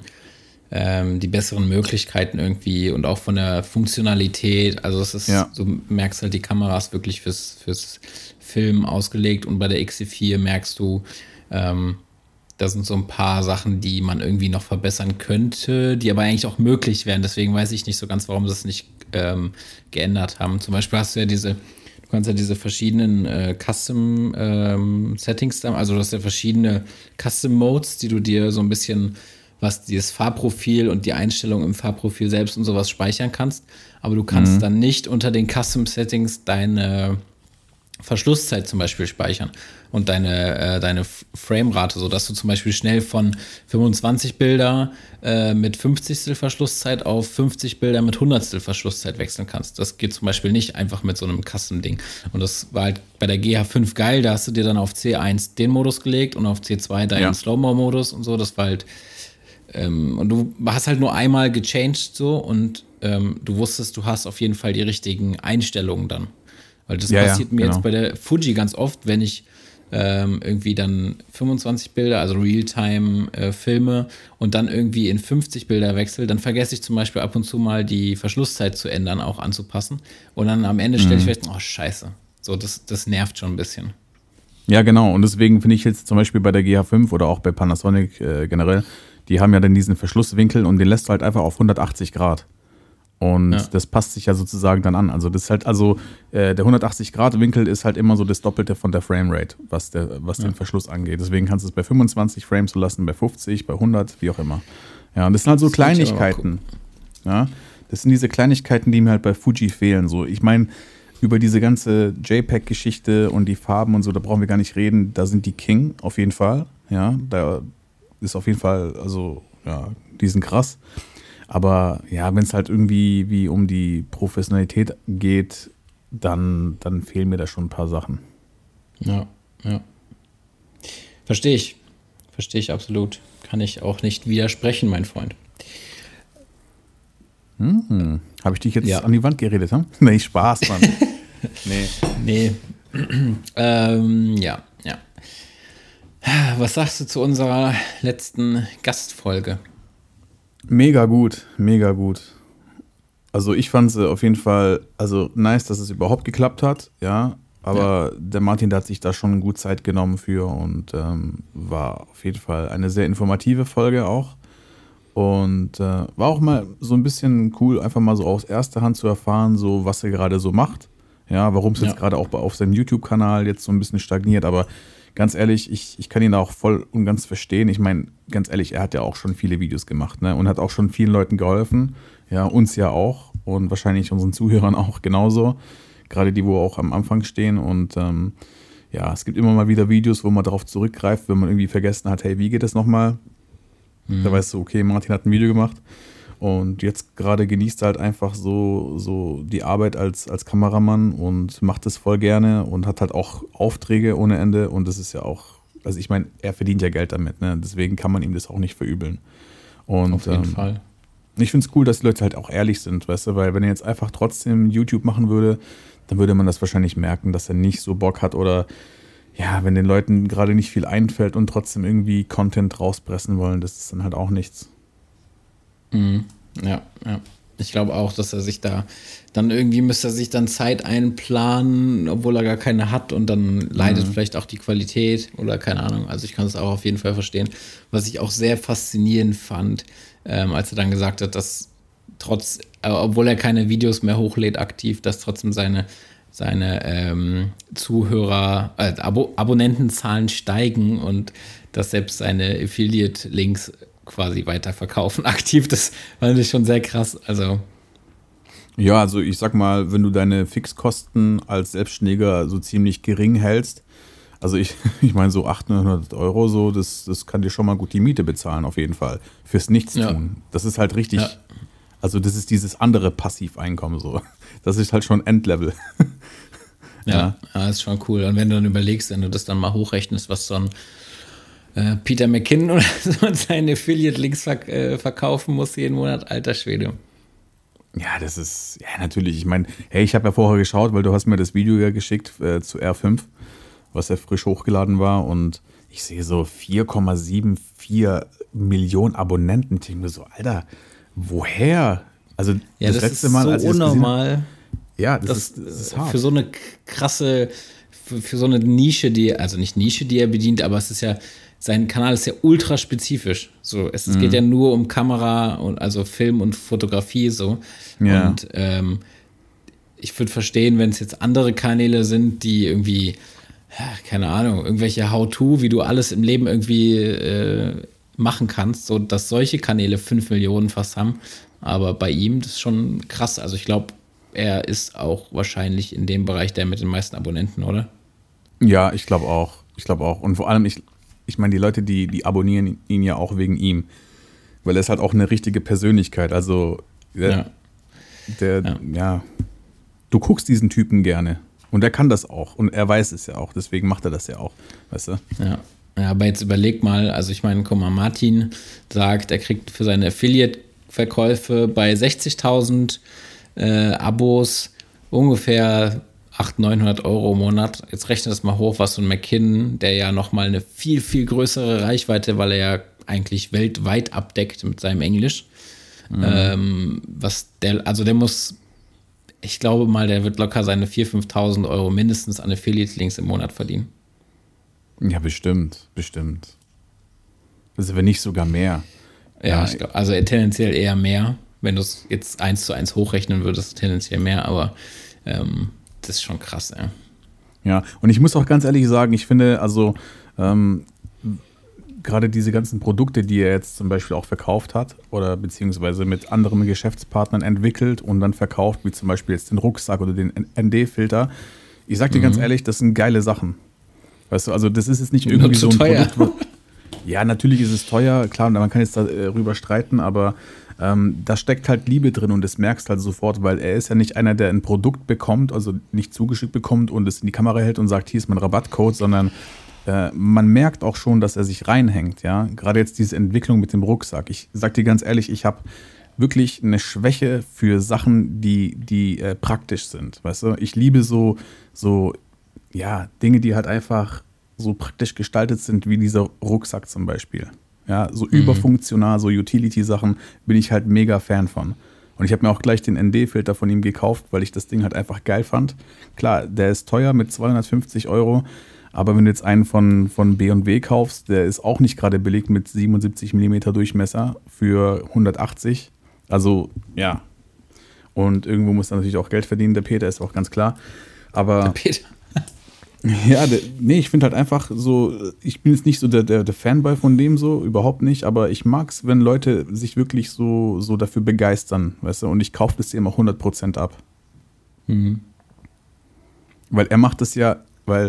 [SPEAKER 3] ähm, die besseren Möglichkeiten irgendwie und auch von der Funktionalität. Also es ist, ja. du merkst halt, die Kamera ist wirklich fürs, fürs Filmen ausgelegt und bei der X T vier merkst du, ähm, da sind so ein paar Sachen, die man irgendwie noch verbessern könnte, die aber eigentlich auch möglich wären. Deswegen weiß ich nicht so ganz, warum sie es nicht ähm, geändert haben. Zum Beispiel hast du ja diese Du kannst ja diese verschiedenen äh, Custom-Settings, ähm, also du hast ja verschiedene Custom-Modes, die du dir so ein bisschen, was dieses Farbprofil und die Einstellung im Farbprofil selbst und sowas speichern kannst. Aber du kannst mhm. dann nicht unter den Custom-Settings deine Verschlusszeit zum Beispiel speichern und deine, äh, deine Framerate, sodass du zum Beispiel schnell von fünfundzwanzig Bilder äh, mit fünfzigstel Verschlusszeit auf fünfzig Bilder mit hundertstel Verschlusszeit wechseln kannst. Das geht zum Beispiel nicht einfach mit so einem Custom-Ding. Und das war halt bei der G H fünf geil, da hast du dir dann auf C eins den Modus gelegt und auf C zwei deinen ja. Slow-Mo-Modus und so. Das war halt, ähm, und du hast halt nur einmal gechanged so und ähm, du wusstest, du hast auf jeden Fall die richtigen Einstellungen dann. Weil das ja, passiert ja, mir genau. jetzt bei der Fuji ganz oft, wenn ich ähm, irgendwie dann fünfundzwanzig Bilder, also Realtime äh, filme und dann irgendwie in fünfzig Bilder wechsle, dann vergesse ich zum Beispiel ab und zu mal die Verschlusszeit zu ändern, auch anzupassen. Und dann am Ende stelle ich mhm. fest, oh scheiße, so das, das nervt schon ein bisschen.
[SPEAKER 2] Ja, genau. Und deswegen finde ich jetzt zum Beispiel bei der G H fünf oder auch bei Panasonic äh, generell, die haben ja dann diesen Verschlusswinkel und den lässt du halt einfach auf hundertachtzig Grad. Und ja. das passt sich ja sozusagen dann an. Also das ist halt, also äh, der hundertachtzig Grad Winkel ist halt immer so das Doppelte von der Framerate, was, der, was ja. den Verschluss angeht. Deswegen kannst du es bei fünfundzwanzig Frames so lassen, bei fünfzig, bei hundert, wie auch immer. Ja, und das sind halt so das Kleinigkeiten. Ja, das sind diese Kleinigkeiten, die mir halt bei Fuji fehlen. So, ich meine, über diese ganze JPEG-Geschichte und die Farben und so, da brauchen wir gar nicht reden. Da sind die King auf jeden Fall. Ja, da ist auf jeden Fall, also ja, die sind krass. Aber ja, wenn es halt irgendwie wie um die Professionalität geht, dann, dann fehlen mir da schon ein paar Sachen.
[SPEAKER 3] Ja, ja. Verstehe ich. Verstehe ich absolut. Kann ich auch nicht widersprechen, mein Freund.
[SPEAKER 2] Hm. Habe ich dich jetzt ja. an die Wand geredet, hm? Nee, Spaß, Mann.
[SPEAKER 3] nee. Nee. ähm, ja, ja. Was sagst du zu unserer letzten Gastfolge?
[SPEAKER 2] Mega gut, mega gut. Also ich fand es auf jeden Fall, also nice, dass es überhaupt geklappt hat, ja. Aber ja. der Martin, der hat sich da schon gut Zeit genommen für und ähm, war auf jeden Fall eine sehr informative Folge auch. Und äh, war auch mal so ein bisschen cool, einfach mal so aus erster Hand zu erfahren, so was er gerade so macht. Ja, warum es ja. jetzt gerade auch auf seinem YouTube-Kanal jetzt so ein bisschen stagniert, aber ganz ehrlich, ich, ich kann ihn da auch voll und ganz verstehen. Ich meine, ganz ehrlich, er hat ja auch schon viele Videos gemacht, ne? Und hat auch schon vielen Leuten geholfen. Ja, uns ja auch und wahrscheinlich unseren Zuhörern auch genauso. Gerade die, wo auch am Anfang stehen. Und ähm, ja, es gibt immer mal wieder Videos, wo man darauf zurückgreift, wenn man irgendwie vergessen hat, hey, wie geht das nochmal? Mhm. Da weißt du, okay, Martin hat ein Video gemacht. Und jetzt gerade genießt er halt einfach so, so die Arbeit als, als Kameramann und macht es voll gerne und hat halt auch Aufträge ohne Ende. Und das ist ja auch, also ich meine, er verdient ja Geld damit, ne? Deswegen kann man ihm das auch nicht verübeln. Und,
[SPEAKER 3] auf jeden
[SPEAKER 2] ähm,
[SPEAKER 3] Fall.
[SPEAKER 2] Ich finde es cool, dass die Leute halt auch ehrlich sind, weißt du, weil wenn er jetzt einfach trotzdem YouTube machen würde, dann würde man das wahrscheinlich merken, dass er nicht so Bock hat oder ja, wenn den Leuten gerade nicht viel einfällt und trotzdem irgendwie Content rauspressen wollen, das ist dann halt auch nichts.
[SPEAKER 3] Mhm. Ja, ja. Ich glaube auch, dass er sich da dann irgendwie müsste er sich dann Zeit einplanen, obwohl er gar keine hat und dann leidet mhm. vielleicht auch die Qualität oder keine Ahnung. Also ich kann es auch auf jeden Fall verstehen. Was ich auch sehr faszinierend fand, ähm, als er dann gesagt hat, dass trotz, äh, obwohl er keine Videos mehr hochlädt aktiv, dass trotzdem seine, seine ähm, Zuhörer, äh, Abo- Abonnentenzahlen steigen und dass selbst seine Affiliate-Links quasi weiterverkaufen aktiv. Das fand ich schon sehr krass. Also
[SPEAKER 2] ja, also ich sag mal, wenn du deine Fixkosten als Selbstständiger so ziemlich gering hältst, also ich, ich meine so achthundert Euro, so, das, das kann dir schon mal gut die Miete bezahlen, auf jeden Fall. Fürs Nichtstun. Ja. Das ist halt richtig, ja. Also das ist dieses andere Passiveinkommen so. Das ist halt schon Endlevel.
[SPEAKER 3] Ja, ja, ja, ist schon cool. Und wenn du dann überlegst, wenn du das dann mal hochrechnest, was so ein äh, Peter McKinnon oder so seine Affiliate-Links verk- äh, verkaufen muss jeden Monat, alter Schwede.
[SPEAKER 2] Ja, das ist, ja natürlich, ich meine, hey, ich habe ja vorher geschaut, weil du hast mir das Video ja geschickt äh, zu R fünf, was ja frisch hochgeladen war und ich sehe so vier Komma vierundsiebzig Millionen Abonnenten. Ich denke mir so, Alter, woher? Also
[SPEAKER 3] ja,
[SPEAKER 2] das,
[SPEAKER 3] das
[SPEAKER 2] letzte
[SPEAKER 3] ist
[SPEAKER 2] Mal,
[SPEAKER 3] so
[SPEAKER 2] als ich
[SPEAKER 3] unnormal.
[SPEAKER 2] Das gesehen, ja, das,
[SPEAKER 3] das
[SPEAKER 2] ist, das ist hart.
[SPEAKER 3] Für so eine krasse, für, für so eine Nische, die, also nicht Nische, die er bedient, aber es ist ja, sein Kanal ist ja ultra spezifisch. So, es, es mhm. geht ja nur um Kamera und also Film und Fotografie so. Ja. Und ähm, ich würde verstehen, wenn es jetzt andere Kanäle sind, die irgendwie, ja, keine Ahnung, irgendwelche How-To, wie du alles im Leben irgendwie äh, machen kannst, so dass solche Kanäle fünf Millionen fast haben. Aber bei ihm, das ist schon krass. Also ich glaube, er ist auch wahrscheinlich in dem Bereich der mit den meisten Abonnenten, oder?
[SPEAKER 2] Ja, ich glaube auch. Ich glaube auch. Und vor allem, ich, ich meine, die Leute, die, die abonnieren ihn ja auch wegen ihm. Weil er ist halt auch eine richtige Persönlichkeit. Also, der,
[SPEAKER 3] ja.
[SPEAKER 2] der, ja. ja, du guckst diesen Typen gerne. Und er kann das auch. Und er weiß es ja auch. Deswegen macht er das ja auch. Weißt du?
[SPEAKER 3] Ja. Ja, aber jetzt überleg mal, also ich meine, guck mal, Martin sagt, er kriegt für seine Affiliate-Verkäufe bei sechzigtausend äh, Abos ungefähr achthundert, neunhundert Euro im Monat. Jetzt rechne das mal hoch, was so ein McKinnon, der ja nochmal eine viel, viel größere Reichweite, weil er ja eigentlich weltweit abdeckt mit seinem Englisch. Mhm. Ähm, was der, also der muss, ich glaube mal, der wird locker seine viertausend, fünftausend Euro mindestens an Affiliate-Links im Monat verdienen.
[SPEAKER 2] Ja, bestimmt, bestimmt. Also wenn nicht sogar mehr.
[SPEAKER 3] Ja, ja ich glaub, also tendenziell eher mehr. Wenn du es jetzt eins zu eins hochrechnen würdest, tendenziell mehr, aber ähm, das ist schon krass, ey.
[SPEAKER 2] Ja, und ich muss auch ganz ehrlich sagen, ich finde, also ähm, gerade diese ganzen Produkte, die er jetzt zum Beispiel auch verkauft hat oder beziehungsweise mit anderen Geschäftspartnern entwickelt und dann verkauft, wie zum Beispiel jetzt den Rucksack oder den N D-Filter, ich sag dir mhm. ganz ehrlich, das sind geile Sachen. Weißt du, also das ist jetzt nicht irgendwie so ein teuer. Produkt. Ja, natürlich ist es teuer, klar, man kann jetzt darüber streiten, aber ähm, da steckt halt Liebe drin und das merkst halt sofort, weil er ist ja nicht einer, der ein Produkt bekommt, also nicht zugeschickt bekommt und es in die Kamera hält und sagt, hier ist mein Rabattcode, sondern äh, man merkt auch schon, dass er sich reinhängt, ja. Gerade jetzt diese Entwicklung mit dem Rucksack. Ich sag dir ganz ehrlich, ich habe wirklich eine Schwäche für Sachen, die, die äh, praktisch sind, weißt du. Ich liebe so, so ja, Dinge, die halt einfach so praktisch gestaltet sind, wie dieser Rucksack zum Beispiel. Ja, so mhm. überfunktional, so Utility-Sachen bin ich halt mega Fan von. Und ich habe mir auch gleich den N D-Filter von ihm gekauft, weil ich das Ding halt einfach geil fand. Klar, der ist teuer mit zweihundertfünfzig Euro, aber wenn du jetzt einen von, von B und W kaufst, der ist auch nicht gerade billig mit siebenundsiebzig Millimeter Durchmesser für hundertachtzig. Also, ja. Und irgendwo muss er natürlich auch Geld verdienen, der Peter, ist auch ganz klar. Aber
[SPEAKER 3] der Peter.
[SPEAKER 2] Ja, der, nee, ich finde halt einfach so, ich bin jetzt nicht so der, der, der Fanboy von dem so, überhaupt nicht, aber ich mag es, wenn Leute sich wirklich so, so dafür begeistern, weißt du, und ich kaufe das dir immer hundert Prozent ab.
[SPEAKER 3] Mhm.
[SPEAKER 2] Weil er macht das ja, weil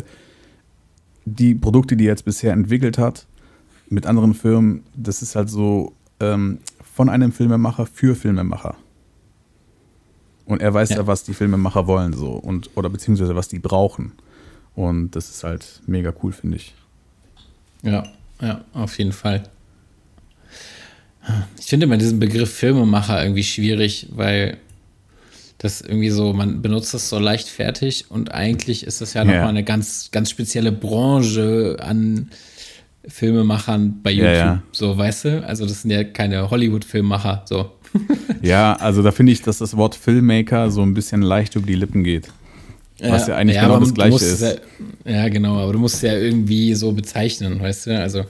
[SPEAKER 2] die Produkte, die er jetzt bisher entwickelt hat, mit anderen Firmen, das ist halt so ähm, von einem Filmemacher für Filmemacher. Und er weiß ja, ja was die Filmemacher wollen so und oder beziehungsweise was die brauchen. Und das ist halt mega cool, finde ich.
[SPEAKER 3] Ja, ja, auf jeden Fall. Ich finde immer diesen Begriff Filmemacher irgendwie schwierig, weil das irgendwie so, man benutzt das so leichtfertig und eigentlich ist das ja nochmal ja. eine ganz, ganz spezielle Branche an Filmemachern bei YouTube.
[SPEAKER 2] Ja, ja.
[SPEAKER 3] So, weißt du? Also das sind ja keine Hollywood-Filmemacher. So.
[SPEAKER 2] Ja, also da finde ich, dass das Wort Filmmaker so ein bisschen leicht über die Lippen geht. Was ja, ja eigentlich ja, genau das Gleiche ist.
[SPEAKER 3] Ja, ja, genau, aber du musst es ja irgendwie so bezeichnen, weißt du? Also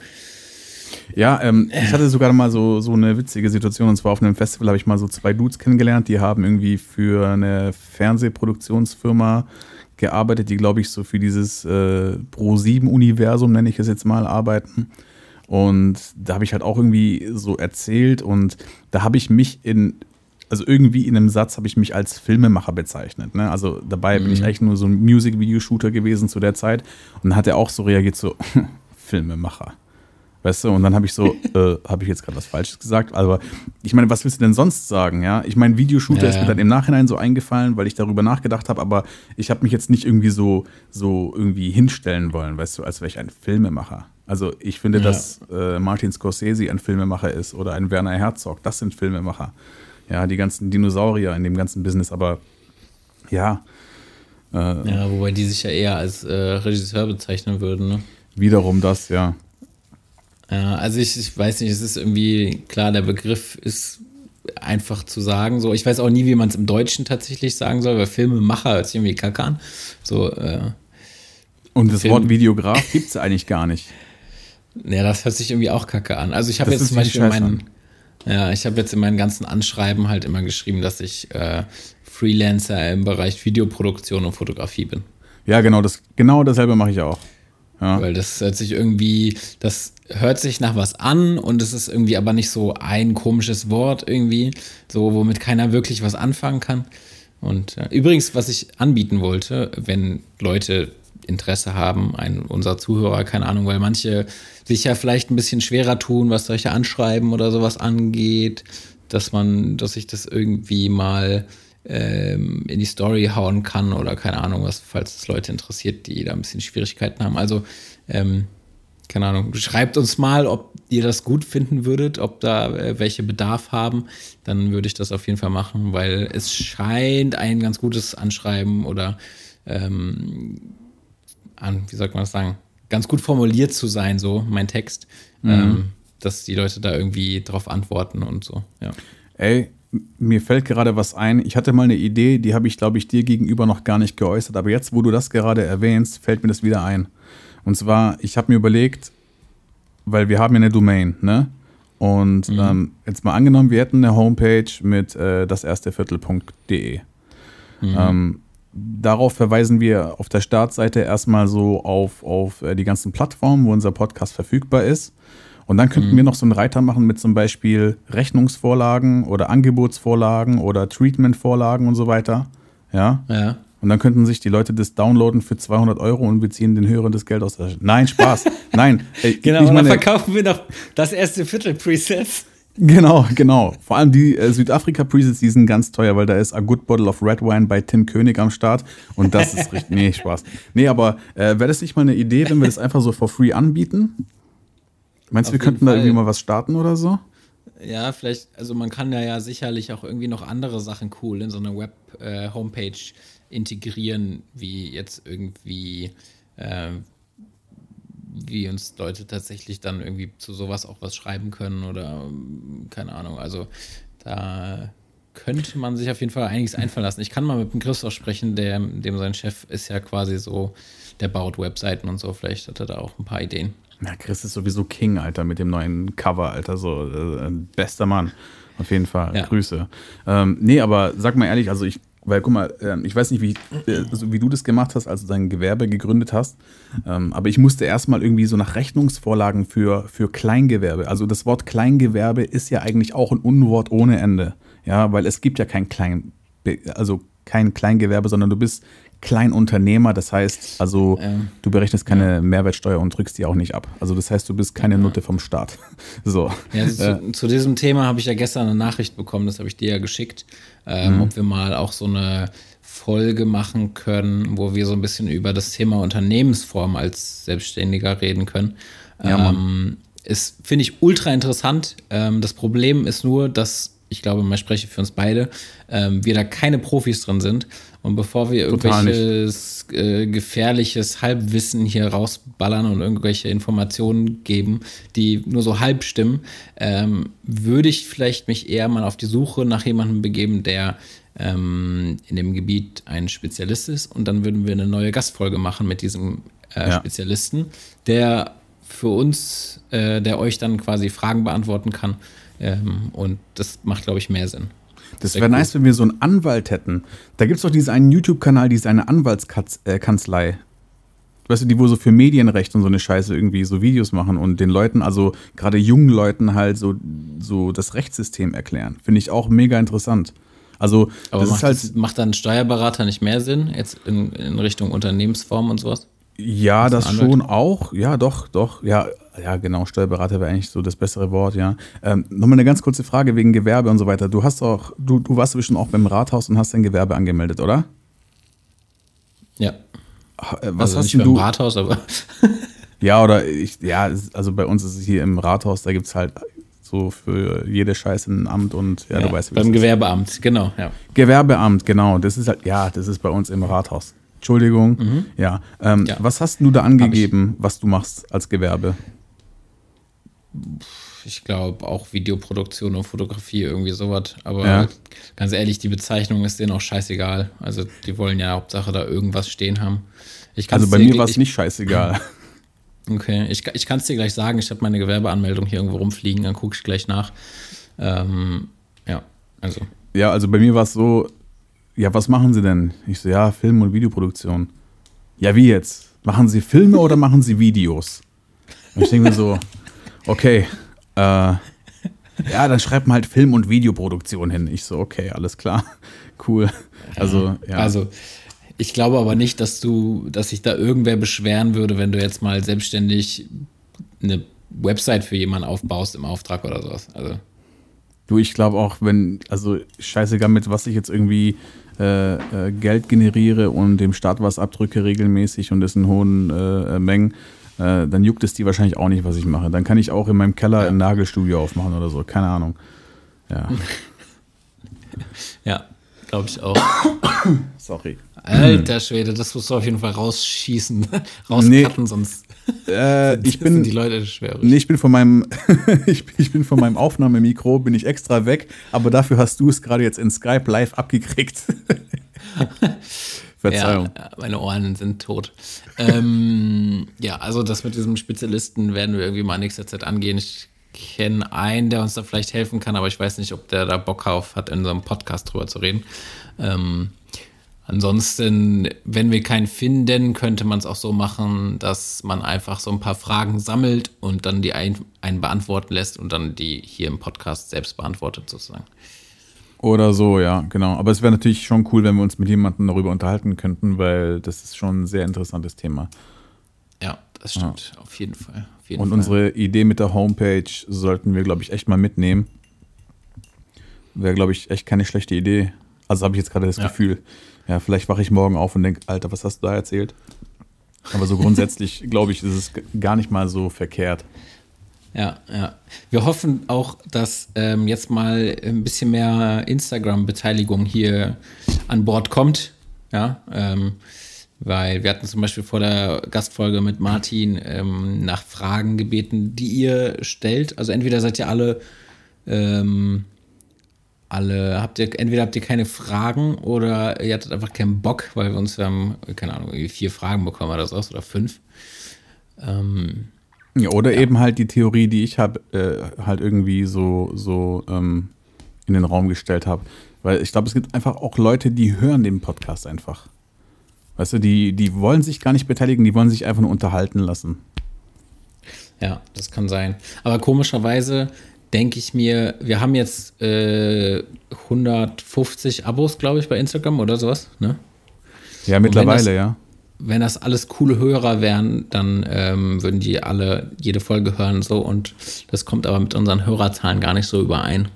[SPEAKER 2] Ja, ähm, ich hatte sogar mal so, so eine witzige Situation, und zwar auf einem Festival habe ich mal so zwei Dudes kennengelernt, die haben irgendwie für eine Fernsehproduktionsfirma gearbeitet, die, glaube ich, so für dieses äh, Pro sieben Universum, nenne ich es jetzt mal, arbeiten. Und da habe ich halt auch irgendwie so erzählt und da habe ich mich in, also irgendwie in einem Satz habe ich mich als Filmemacher bezeichnet. Ne? Also dabei mhm. bin ich eigentlich nur so ein Music-Video-Shooter gewesen zu der Zeit. Und dann hat er auch so reagiert, so, Filmemacher. Weißt du, und dann habe ich so, äh, habe ich jetzt gerade was Falsches gesagt? Aber ich meine, was willst du denn sonst sagen, ja? Ich meine, Videoshooter ja, ist mir ja. dann im Nachhinein so eingefallen, weil ich darüber nachgedacht habe, aber ich habe mich jetzt nicht irgendwie so, so irgendwie hinstellen wollen, weißt du, als wäre ich ein Filmemacher. Also ich finde, ja. dass äh, Martin Scorsese ein Filmemacher ist oder ein Werner Herzog, das sind Filmemacher. Ja, die ganzen Dinosaurier in dem ganzen Business, aber ja.
[SPEAKER 3] Äh, ja, wobei die sich ja eher als äh, Regisseur bezeichnen würden, ne?
[SPEAKER 2] Wiederum das, ja.
[SPEAKER 3] Ja, also ich, ich weiß nicht, es ist irgendwie, klar, der Begriff ist einfach zu sagen, so, ich weiß auch nie, wie man es im Deutschen tatsächlich sagen soll, weil Filmemacher hört sich irgendwie kacke an. So, äh,
[SPEAKER 2] Und das Film- Wort Videograf gibt es eigentlich gar nicht.
[SPEAKER 3] Ja, das hört sich irgendwie auch kacke an. Also ich habe jetzt zum Beispiel meinen, ja, ich habe jetzt in meinen ganzen Anschreiben halt immer geschrieben, dass ich äh, Freelancer im Bereich Videoproduktion und Fotografie bin.
[SPEAKER 2] Ja, genau, das, genau dasselbe mache ich auch. Ja.
[SPEAKER 3] Weil das hört sich irgendwie, das hört sich nach was an und es ist irgendwie aber nicht so ein komisches Wort irgendwie, so womit keiner wirklich was anfangen kann. Und äh, übrigens, was ich anbieten wollte, wenn Leute Interesse haben, ein, unser Zuhörer, keine Ahnung, weil manche sich ja vielleicht ein bisschen schwerer tun, was solche Anschreiben oder sowas angeht, dass man, dass ich das irgendwie mal ähm, in die Story hauen kann oder keine Ahnung was, falls es Leute interessiert, die da ein bisschen Schwierigkeiten haben. Also, ähm, keine Ahnung, schreibt uns mal, ob ihr das gut finden würdet, ob da äh, welche Bedarf haben, dann würde ich das auf jeden Fall machen, weil es scheint ein ganz gutes Anschreiben oder ähm, an, wie soll man das sagen, ganz gut formuliert zu sein, so mein Text, mhm. ähm, dass die Leute da irgendwie drauf antworten und so, ja.
[SPEAKER 2] Ey, mir fällt gerade was ein. Ich hatte mal eine Idee, die habe ich, glaube ich, dir gegenüber noch gar nicht geäußert, aber jetzt, wo du das gerade erwähnst, fällt mir das wieder ein. Und zwar, ich habe mir überlegt, weil wir haben ja eine Domain, ne? Und mhm. ähm, jetzt mal angenommen, wir hätten eine Homepage mit äh, das erste Viertel punkt de. Mhm. Ähm, darauf verweisen wir auf der Startseite erstmal so auf, auf die ganzen Plattformen, wo unser Podcast verfügbar ist. Und dann könnten mhm. wir noch so einen Reiter machen mit zum Beispiel Rechnungsvorlagen oder Angebotsvorlagen oder Treatmentvorlagen und so weiter. Ja.
[SPEAKER 3] Ja.
[SPEAKER 2] Und dann könnten sich die Leute das downloaden für zweihundert Euro und wir ziehen den Hörern das Geld aus der Tasche. Nein, Spaß. Nein.
[SPEAKER 3] Ey, genau, und dann verkaufen wir noch das erste Viertel-Presets.
[SPEAKER 2] Genau, genau. Vor allem die äh, Südafrika-Presets, die sind ganz teuer, weil da ist A Good Bottle of Red Wine bei Tim König am Start. Und das ist richtig, nee, Spaß. Nee, aber äh, wäre das nicht mal eine Idee, wenn wir das einfach so for free anbieten? Meinst du, wir könnten Fall. da irgendwie mal was starten oder so?
[SPEAKER 3] Ja, vielleicht, also man kann ja, ja sicherlich auch irgendwie noch andere Sachen cool in so eine Web-Homepage äh, integrieren, wie jetzt irgendwie äh, wie uns Leute tatsächlich dann irgendwie zu sowas auch was schreiben können oder keine Ahnung. Also da könnte man sich auf jeden Fall einiges einfallen lassen. Ich kann mal mit dem Christoph sprechen, der, dem sein Chef ist ja quasi so, der baut Webseiten und so. Vielleicht hat er da auch ein paar Ideen.
[SPEAKER 2] Na, Chris ist sowieso King, Alter, mit dem neuen Cover, Alter, so äh, bester Mann. Auf jeden Fall. Ja. Grüße. Ähm, nee, aber sag mal ehrlich, also ich Weil, guck mal, ich weiß nicht, wie, also wie du das gemacht hast, als du dein Gewerbe gegründet hast, aber ich musste erstmal irgendwie so nach Rechnungsvorlagen für, für Kleingewerbe. Also das Wort Kleingewerbe ist ja eigentlich auch ein Unwort ohne Ende. Ja, weil es gibt ja kein Klein, also kein Kleingewerbe, sondern du bist Kleinunternehmer. Das heißt, also ähm, du berechnest keine ja. Mehrwertsteuer und drückst die auch nicht ab. Also das heißt, du bist keine ja. Nutte vom Staat. So.
[SPEAKER 3] Ja, also äh, zu, zu diesem Thema habe ich ja gestern eine Nachricht bekommen, das habe ich dir ja geschickt, ähm, mhm. ob wir mal auch so eine Folge machen können, wo wir so ein bisschen über das Thema Unternehmensform als Selbstständiger reden können.
[SPEAKER 2] Ja,
[SPEAKER 3] ähm, ist, finde ich, ultra interessant. Ähm, das Problem ist nur, dass ich glaube, man spreche für uns beide, ähm, wir da keine Profis drin sind. Und bevor wir
[SPEAKER 2] Total
[SPEAKER 3] irgendwelches äh, gefährliches Halbwissen hier rausballern und irgendwelche Informationen geben, die nur so halb stimmen, ähm, würde ich vielleicht mich eher mal auf die Suche nach jemandem begeben, der ähm, in dem Gebiet ein Spezialist ist. Und dann würden wir eine neue Gastfolge machen mit diesem äh,
[SPEAKER 2] Ja.
[SPEAKER 3] Spezialisten, der für uns, äh, der euch dann quasi Fragen beantworten kann. Ähm, und das macht, glaube ich, mehr Sinn.
[SPEAKER 2] Das
[SPEAKER 3] Sehr
[SPEAKER 2] wäre
[SPEAKER 3] cool.
[SPEAKER 2] nice, wenn wir so einen Anwalt hätten. Da gibt es doch diesen einen YouTube-Kanal, die ist eine Anwaltskanzlei. Weißt du, die wo so für Medienrecht und so eine Scheiße irgendwie so Videos machen und den Leuten, also gerade jungen Leuten halt so, so das Rechtssystem erklären. Finde ich auch mega interessant. Also,
[SPEAKER 3] Aber
[SPEAKER 2] das
[SPEAKER 3] macht,
[SPEAKER 2] ist halt,
[SPEAKER 3] das, macht dann Steuerberater nicht mehr Sinn, jetzt in, in Richtung Unternehmensform und sowas?
[SPEAKER 2] ja, das
[SPEAKER 3] Anwalt?
[SPEAKER 2] schon auch. Ja, doch, doch. Ja, ja, genau. Steuerberater wäre eigentlich so das bessere Wort, ja. Ähm, Nochmal eine ganz kurze Frage wegen Gewerbe und so weiter. Du hast auch, du, du warst bestimmt auch beim Rathaus und hast dein Gewerbe angemeldet, oder?
[SPEAKER 3] Ja.
[SPEAKER 2] Ha- äh, Was
[SPEAKER 3] also
[SPEAKER 2] hast
[SPEAKER 3] nicht
[SPEAKER 2] denn
[SPEAKER 3] beim
[SPEAKER 2] du?
[SPEAKER 3] Rathaus, aber
[SPEAKER 2] Ja, oder ich, ja, es- also bei uns ist es hier im Rathaus, da gibt es halt so für jede Scheiße ein Amt und ja,
[SPEAKER 3] ja,
[SPEAKER 2] du weißt, wie
[SPEAKER 3] beim
[SPEAKER 2] das ist.
[SPEAKER 3] Gewerbeamt, genau, ja.
[SPEAKER 2] Gewerbeamt, genau. Das ist halt, ja, das ist bei uns im Rathaus. Entschuldigung. Ja. Ähm,
[SPEAKER 3] Ja.
[SPEAKER 2] Was hast du da angegeben, was du machst als Gewerbe?
[SPEAKER 3] Ich glaube auch Videoproduktion und Fotografie, irgendwie sowas. Aber
[SPEAKER 2] Ja.
[SPEAKER 3] ganz ehrlich, die Bezeichnung ist denen auch scheißegal. Also die wollen ja Hauptsache da irgendwas stehen haben. Ich kann's
[SPEAKER 2] Also bei
[SPEAKER 3] dir
[SPEAKER 2] mir
[SPEAKER 3] gl-
[SPEAKER 2] war es
[SPEAKER 3] ich-
[SPEAKER 2] nicht scheißegal.
[SPEAKER 3] Okay, ich, ich kann es dir gleich sagen. Ich habe meine Gewerbeanmeldung hier irgendwo rumfliegen, dann gucke ich gleich nach. Ähm, ja, also.
[SPEAKER 2] Ja, also bei mir war es so, ja, was machen Sie denn? Ich so, ja, Film- und Videoproduktion. Ja, wie jetzt? Machen Sie Filme oder machen Sie Videos? Und ich denke mir so, okay, äh, ja, dann schreibt man halt Film- und Videoproduktion hin. Ich so, okay, alles klar, cool. Also, ja.
[SPEAKER 3] Also, ich glaube aber nicht, dass du, dass sich da irgendwer beschweren würde, wenn du jetzt mal selbstständig eine Website für jemanden aufbaust im Auftrag oder sowas. Also,
[SPEAKER 2] Du, ich glaube auch, wenn, also scheißegal mit was ich jetzt irgendwie äh, äh, Geld generiere und dem Staat was abdrücke regelmäßig und das in hohen äh, Mengen, äh, dann juckt es die wahrscheinlich auch nicht, was ich mache. Dann kann ich auch in meinem Keller
[SPEAKER 3] Ja.
[SPEAKER 2] ein Nagelstudio aufmachen oder so, keine Ahnung. Ja,
[SPEAKER 3] ja, glaube ich auch.
[SPEAKER 2] sorry.
[SPEAKER 3] Alter Schwede, das musst du auf jeden Fall rausschießen,
[SPEAKER 2] Nee.
[SPEAKER 3] rauscutten, sonst
[SPEAKER 2] Äh, ich
[SPEAKER 3] sind
[SPEAKER 2] bin,
[SPEAKER 3] die Leute schwer.
[SPEAKER 2] nee, ich bin von meinem, ich, ich bin von meinem Aufnahmemikro, bin ich extra weg, aber dafür hast du es gerade jetzt in Skype live abgekriegt. Verzeihung.
[SPEAKER 3] Ja, meine Ohren sind tot. ähm, ja, also das mit diesem Spezialisten werden wir irgendwie mal in nächster Zeit angehen. Ich kenne einen, der uns da vielleicht helfen kann, aber ich weiß nicht, ob der da Bock auf hat, in so einem Podcast drüber zu reden. Ähm, ansonsten, wenn wir keinen finden, könnte man es auch so machen, dass man einfach so ein paar Fragen sammelt und dann die ein, einen beantworten lässt und dann die hier im Podcast selbst beantwortet sozusagen.
[SPEAKER 2] Oder so, ja, genau. Aber es wäre natürlich schon cool, wenn wir uns mit jemandem darüber unterhalten könnten, weil das ist schon ein sehr interessantes Thema.
[SPEAKER 3] Ja, das stimmt. Auf jeden Fall. Auf jeden
[SPEAKER 2] Und
[SPEAKER 3] Fall.
[SPEAKER 2] unsere Idee mit der Homepage sollten wir, glaube ich, echt mal mitnehmen. Wäre, glaube ich, echt keine schlechte Idee. Also habe ich jetzt gerade das
[SPEAKER 3] Ja.
[SPEAKER 2] Gefühl. Ja, vielleicht wache ich morgen auf und denke, Alter, was hast du da erzählt? Aber so grundsätzlich, glaube ich, ist es g- gar nicht mal so verkehrt.
[SPEAKER 3] Ja, ja. Wir hoffen auch, dass ähm, jetzt mal ein bisschen mehr Instagram-Beteiligung hier an Bord kommt. Ja, ähm, weil wir hatten zum Beispiel vor der Gastfolge mit Martin ähm, nach Fragen gebeten, die ihr stellt. Also entweder seid ihr alle, ähm, alle, habt ihr, entweder habt ihr keine Fragen oder ihr hattet einfach keinen Bock, weil wir uns, wir haben, keine Ahnung, irgendwie vier Fragen bekommen oder so, oder fünf. Ähm,
[SPEAKER 2] Ja, oder eben halt die Theorie, die ich habe, äh, halt irgendwie so, so ähm, in den Raum gestellt habe. Weil ich glaube, es gibt einfach auch Leute, die hören den Podcast einfach. Weißt du, die, die wollen sich gar nicht beteiligen, die wollen sich einfach nur unterhalten lassen.
[SPEAKER 3] Ja, das kann sein. Aber komischerweise denke ich mir, wir haben jetzt äh, hundertfünfzig Abos, glaube ich, bei Instagram oder sowas, ne?
[SPEAKER 2] Ja, mittlerweile,
[SPEAKER 3] das-
[SPEAKER 2] ja.
[SPEAKER 3] Wenn das alles coole Hörer wären, dann ähm, würden die alle jede Folge hören so und das kommt aber mit unseren Hörerzahlen gar nicht so überein.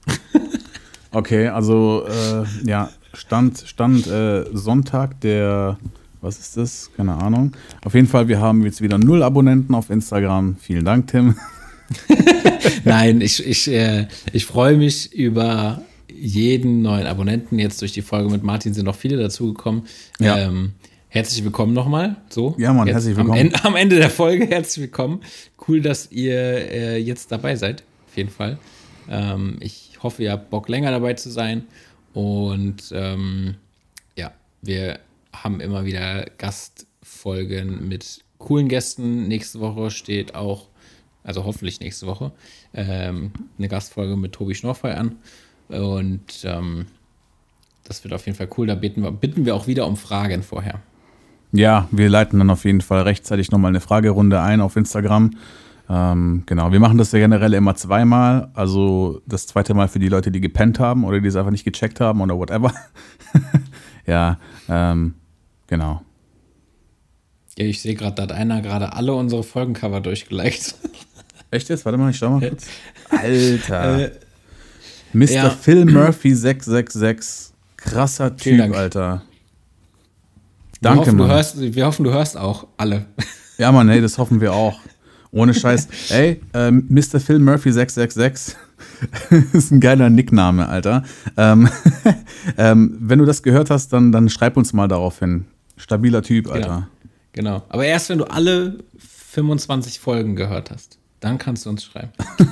[SPEAKER 2] Okay, also äh, ja, Stand, Stand äh, Sonntag, der, was ist das? Keine Ahnung. Auf jeden Fall, wir haben jetzt wieder null Abonnenten auf Instagram. Vielen Dank, Tim.
[SPEAKER 3] Nein, ich, ich, äh, ich freue mich über jeden neuen Abonnenten. Jetzt durch die Folge mit Martin sind noch viele dazugekommen.
[SPEAKER 2] Ja.
[SPEAKER 3] Ähm, herzlich willkommen nochmal. So,
[SPEAKER 2] Ja, Mann,
[SPEAKER 3] jetzt
[SPEAKER 2] herzlich
[SPEAKER 3] am
[SPEAKER 2] willkommen.
[SPEAKER 3] Ende, am Ende der Folge herzlich willkommen. Cool, dass ihr äh, jetzt dabei seid. Auf jeden Fall. Ähm, ich hoffe, ihr habt Bock, länger dabei zu sein. Und ähm, ja, wir haben immer wieder Gastfolgen mit coolen Gästen. Nächste Woche steht auch, also hoffentlich nächste Woche, ähm, eine Gastfolge mit Tobi Schnorfey an. Und ähm, das wird auf jeden Fall cool. Da bitten wir, bitten wir auch wieder um Fragen vorher.
[SPEAKER 2] Ja, wir leiten dann auf jeden Fall rechtzeitig nochmal eine Fragerunde ein auf Instagram. Ähm, genau, wir machen das ja generell immer zweimal. Also das zweite Mal für die Leute, die gepennt haben oder die es einfach nicht gecheckt haben oder whatever. ja, ähm, genau.
[SPEAKER 3] Ja, ich sehe gerade, da hat einer gerade alle unsere Folgencover durchgeliked.
[SPEAKER 2] Echt jetzt? Warte mal, ich schau mal kurz. Alter.
[SPEAKER 3] Äh,
[SPEAKER 2] Mister
[SPEAKER 3] ja.
[SPEAKER 2] Phil Murphy sechs sechs sechs. Krasser
[SPEAKER 3] Vielen
[SPEAKER 2] Typ,
[SPEAKER 3] Dank.
[SPEAKER 2] Alter.
[SPEAKER 3] wir
[SPEAKER 2] Danke,
[SPEAKER 3] hoffen,
[SPEAKER 2] Mann.
[SPEAKER 3] Du hörst, wir hoffen, du hörst auch alle.
[SPEAKER 2] Ja, Mann, ey, das hoffen wir auch. Ohne Scheiß. Ey, ähm, Mister Phil Murphy sechs sechs sechs ist ein geiler Nickname, Alter. Ähm, ähm, wenn du das gehört hast, dann, dann schreib uns mal darauf hin. Stabiler Typ, Alter.
[SPEAKER 3] Genau. Aber erst, wenn du alle fünfundzwanzig Folgen gehört hast, dann kannst du uns schreiben.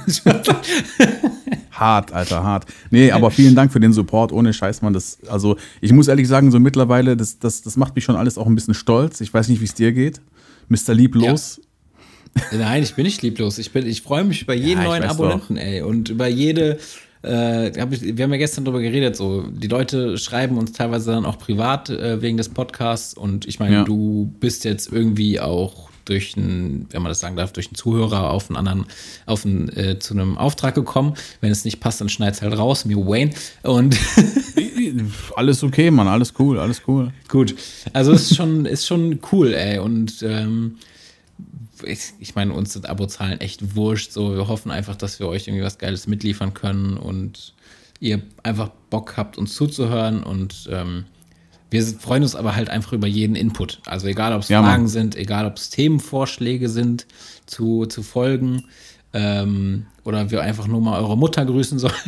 [SPEAKER 2] Hart, Alter, hart. Nee, aber vielen Dank für den Support. Ohne Scheiß, Mann. Das, also, ich muss ehrlich sagen, so mittlerweile, das, das, das macht mich schon alles auch ein bisschen stolz. Ich weiß nicht, wie es dir geht. Mister Lieblos.
[SPEAKER 3] Nein, ich bin nicht lieblos. Ich, bin, ich freue mich über jeden
[SPEAKER 2] Ja, ich
[SPEAKER 3] neuen
[SPEAKER 2] weiß
[SPEAKER 3] Abonnenten, ey. Und über jede, äh, hab ich, wir haben ja gestern drüber geredet, so, die Leute schreiben uns teilweise dann auch privat äh, wegen des Podcasts. Und ich meine,
[SPEAKER 2] Ja.
[SPEAKER 3] du bist jetzt irgendwie auch durch einen, wenn man das sagen darf, durch einen Zuhörer auf einen anderen, auf einen, äh, zu einem Auftrag gekommen. Wenn es nicht passt, dann schneid's halt raus, mir Wayne. Und
[SPEAKER 2] Alles okay, Mann. Alles cool, alles cool.
[SPEAKER 3] gut, also es ist schon, ist schon cool, ey. Und ähm, ich, ich meine, uns sind Abozahlen echt wurscht. So, wir hoffen einfach, dass wir euch irgendwie was Geiles mitliefern können und ihr einfach Bock habt, uns zuzuhören. Und ähm, wir freuen uns aber halt einfach über jeden Input. Also egal, ob es
[SPEAKER 2] Ja,
[SPEAKER 3] Fragen
[SPEAKER 2] Mann.
[SPEAKER 3] sind, egal, ob es Themenvorschläge sind zu, zu Folgen ähm, oder wir einfach nur mal eure Mutter grüßen sollen.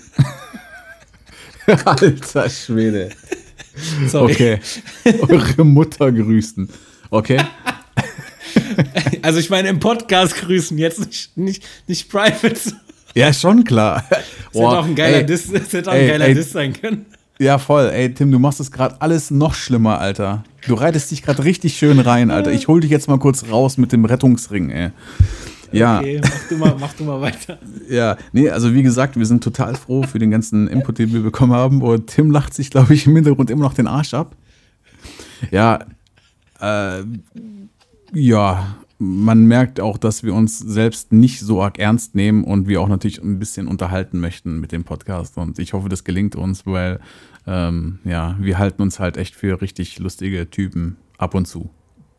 [SPEAKER 2] Alter Schwede.
[SPEAKER 3] Sorry.
[SPEAKER 2] Okay. Eure Mutter grüßen. Okay.
[SPEAKER 3] Also ich meine im Podcast grüßen, jetzt nicht, nicht, nicht private.
[SPEAKER 2] Ja, schon klar.
[SPEAKER 3] Das hätte auch ein geiler, Diss, das hätte auch ein
[SPEAKER 2] ey,
[SPEAKER 3] geiler
[SPEAKER 2] ey.
[SPEAKER 3] Diss sein können.
[SPEAKER 2] Ja, voll. Ey, Tim, du machst es gerade alles noch schlimmer, Alter. Du reitest dich gerade richtig schön rein, Alter. Ich hol dich jetzt mal kurz raus mit dem Rettungsring, ey. Ja,
[SPEAKER 3] Okay, mach du mal, mach du mal weiter.
[SPEAKER 2] ja. Nee, also wie gesagt, wir sind total froh für den ganzen Input, den wir bekommen haben. Und Tim lacht sich, glaube ich, im Hintergrund immer noch den Arsch ab. Ja, äh, ja, man merkt auch, dass wir uns selbst nicht so arg ernst nehmen und wir auch natürlich ein bisschen unterhalten möchten mit dem Podcast. Und ich hoffe, das gelingt uns, weil ähm, ja, wir halten uns halt echt für richtig lustige Typen ab und zu.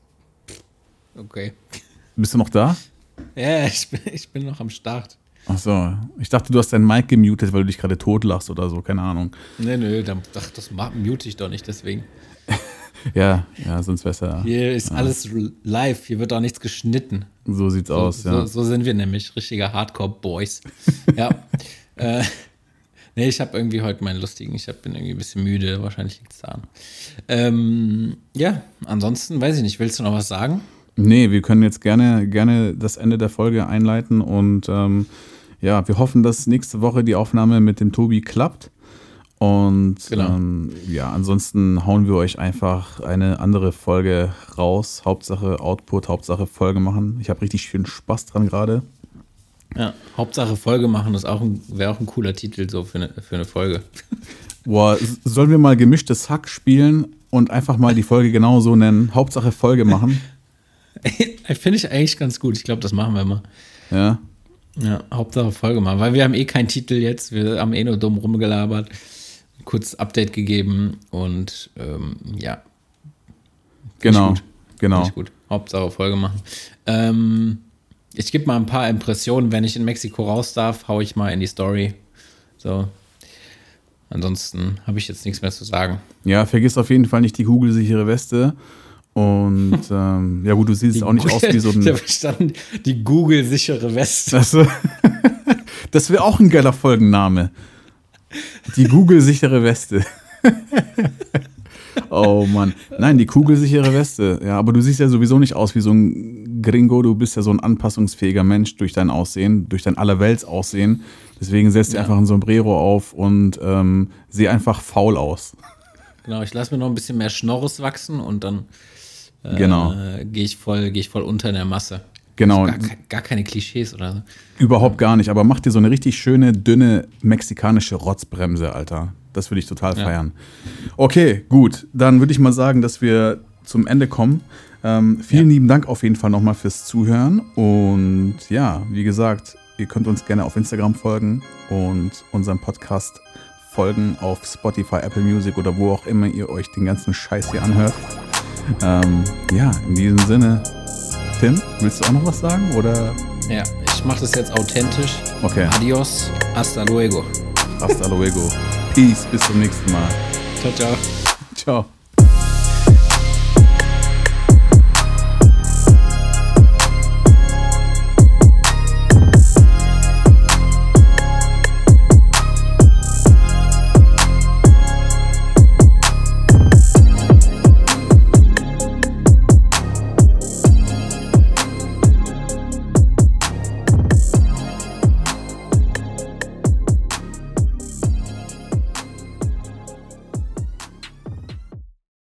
[SPEAKER 3] Okay.
[SPEAKER 2] Bist du noch da?
[SPEAKER 3] Ja, ich bin, ich bin noch am Start.
[SPEAKER 2] Ach so, ich dachte, du hast dein Mic gemutet, weil du dich gerade totlachst oder so, keine Ahnung.
[SPEAKER 3] Nee, nö, dann, ach, das ma- mute ich doch nicht, deswegen.
[SPEAKER 2] Ja, ja, sonst besser.
[SPEAKER 3] Hier ist alles live, hier wird auch nichts geschnitten.
[SPEAKER 2] So sieht's
[SPEAKER 3] So,
[SPEAKER 2] aus, ja.
[SPEAKER 3] so, so sind wir nämlich, richtige Hardcore-Boys. Ja. äh, nee, ich habe irgendwie heute meinen lustigen, ich hab, bin irgendwie ein bisschen müde, wahrscheinlich liegt's daran. Ähm, ja, ansonsten weiß ich nicht, willst du noch was sagen?
[SPEAKER 2] Nee, wir können jetzt gerne, gerne das Ende der Folge einleiten und ähm, ja, wir hoffen, dass nächste Woche die Aufnahme mit dem Tobi klappt. Und
[SPEAKER 3] Genau.
[SPEAKER 2] ähm, ja, ansonsten hauen wir euch einfach eine andere Folge raus. Hauptsache Output, Hauptsache Folge machen. Ich habe richtig schön Spaß dran gerade.
[SPEAKER 3] Ja, Hauptsache Folge machen ist auch ein, wäre auch ein cooler Titel so für eine, für eine Folge.
[SPEAKER 2] Boah, s- sollen wir mal gemischtes Hack spielen und einfach mal die Folge genau so nennen? Hauptsache Folge machen.
[SPEAKER 3] Finde ich eigentlich ganz gut. Ich glaube, das machen wir mal.
[SPEAKER 2] Ja.
[SPEAKER 3] Ja, Hauptsache Folge mal, weil wir haben eh keinen Titel jetzt. Wir haben eh nur dumm rumgelabert. Kurz Update gegeben und ähm, ja. Find
[SPEAKER 2] Genau.
[SPEAKER 3] ich gut.
[SPEAKER 2] Genau.
[SPEAKER 3] Finde ich gut. Hauptsache Folge machen. Ähm, ich gebe mal ein paar Impressionen. Wenn ich in Mexiko raus darf, hau ich mal in die Story. So. Ansonsten habe ich jetzt nichts mehr zu sagen.
[SPEAKER 2] Ja, vergiss auf jeden Fall nicht die kugelsichere Weste. Und ähm, ja gut, du siehst auch nicht aus wie so
[SPEAKER 3] Ich habe
[SPEAKER 2] ein...
[SPEAKER 3] verstanden, die Google-sichere Weste.
[SPEAKER 2] Also, Das wäre auch ein geiler Folgenname. Die Google-sichere Weste. Oh Mann. Nein, die kugelsichere Weste. Ja, aber du siehst ja sowieso nicht aus wie so ein Gringo. Du bist ja so ein anpassungsfähiger Mensch durch dein Aussehen, durch dein Allerweltsaussehen. Deswegen setzt dir
[SPEAKER 3] Ja.
[SPEAKER 2] einfach ein Sombrero auf und ähm, sieh einfach faul aus.
[SPEAKER 3] Genau, ich lasse mir noch ein bisschen mehr Schnorres wachsen und dann äh,
[SPEAKER 2] Genau.
[SPEAKER 3] gehe ich voll, gehe ich voll unter in der Masse.
[SPEAKER 2] Genau.
[SPEAKER 3] Gar, ke- gar keine Klischees oder so.
[SPEAKER 2] Überhaupt gar nicht. Aber mach dir so eine richtig schöne, dünne mexikanische Rotzbremse, Alter. Das würde ich total
[SPEAKER 3] Ja.
[SPEAKER 2] feiern. Okay, gut. Dann würde ich mal sagen, dass wir zum Ende kommen. Ähm, vielen
[SPEAKER 3] Ja.
[SPEAKER 2] lieben Dank auf jeden Fall nochmal fürs Zuhören. Und ja, wie gesagt, ihr könnt uns gerne auf Instagram folgen und unseren Podcast folgen auf Spotify, Apple Music oder wo auch immer ihr euch den ganzen Scheiß hier anhört. Ähm, ja, in diesem Sinne, Tim, willst du auch noch was sagen? Oder?
[SPEAKER 3] Ja, ich mache das jetzt authentisch.
[SPEAKER 2] Okay.
[SPEAKER 3] Adios, hasta luego.
[SPEAKER 2] Hasta luego. Peace, bis zum nächsten Mal.
[SPEAKER 3] Ciao, ciao.
[SPEAKER 2] Ciao.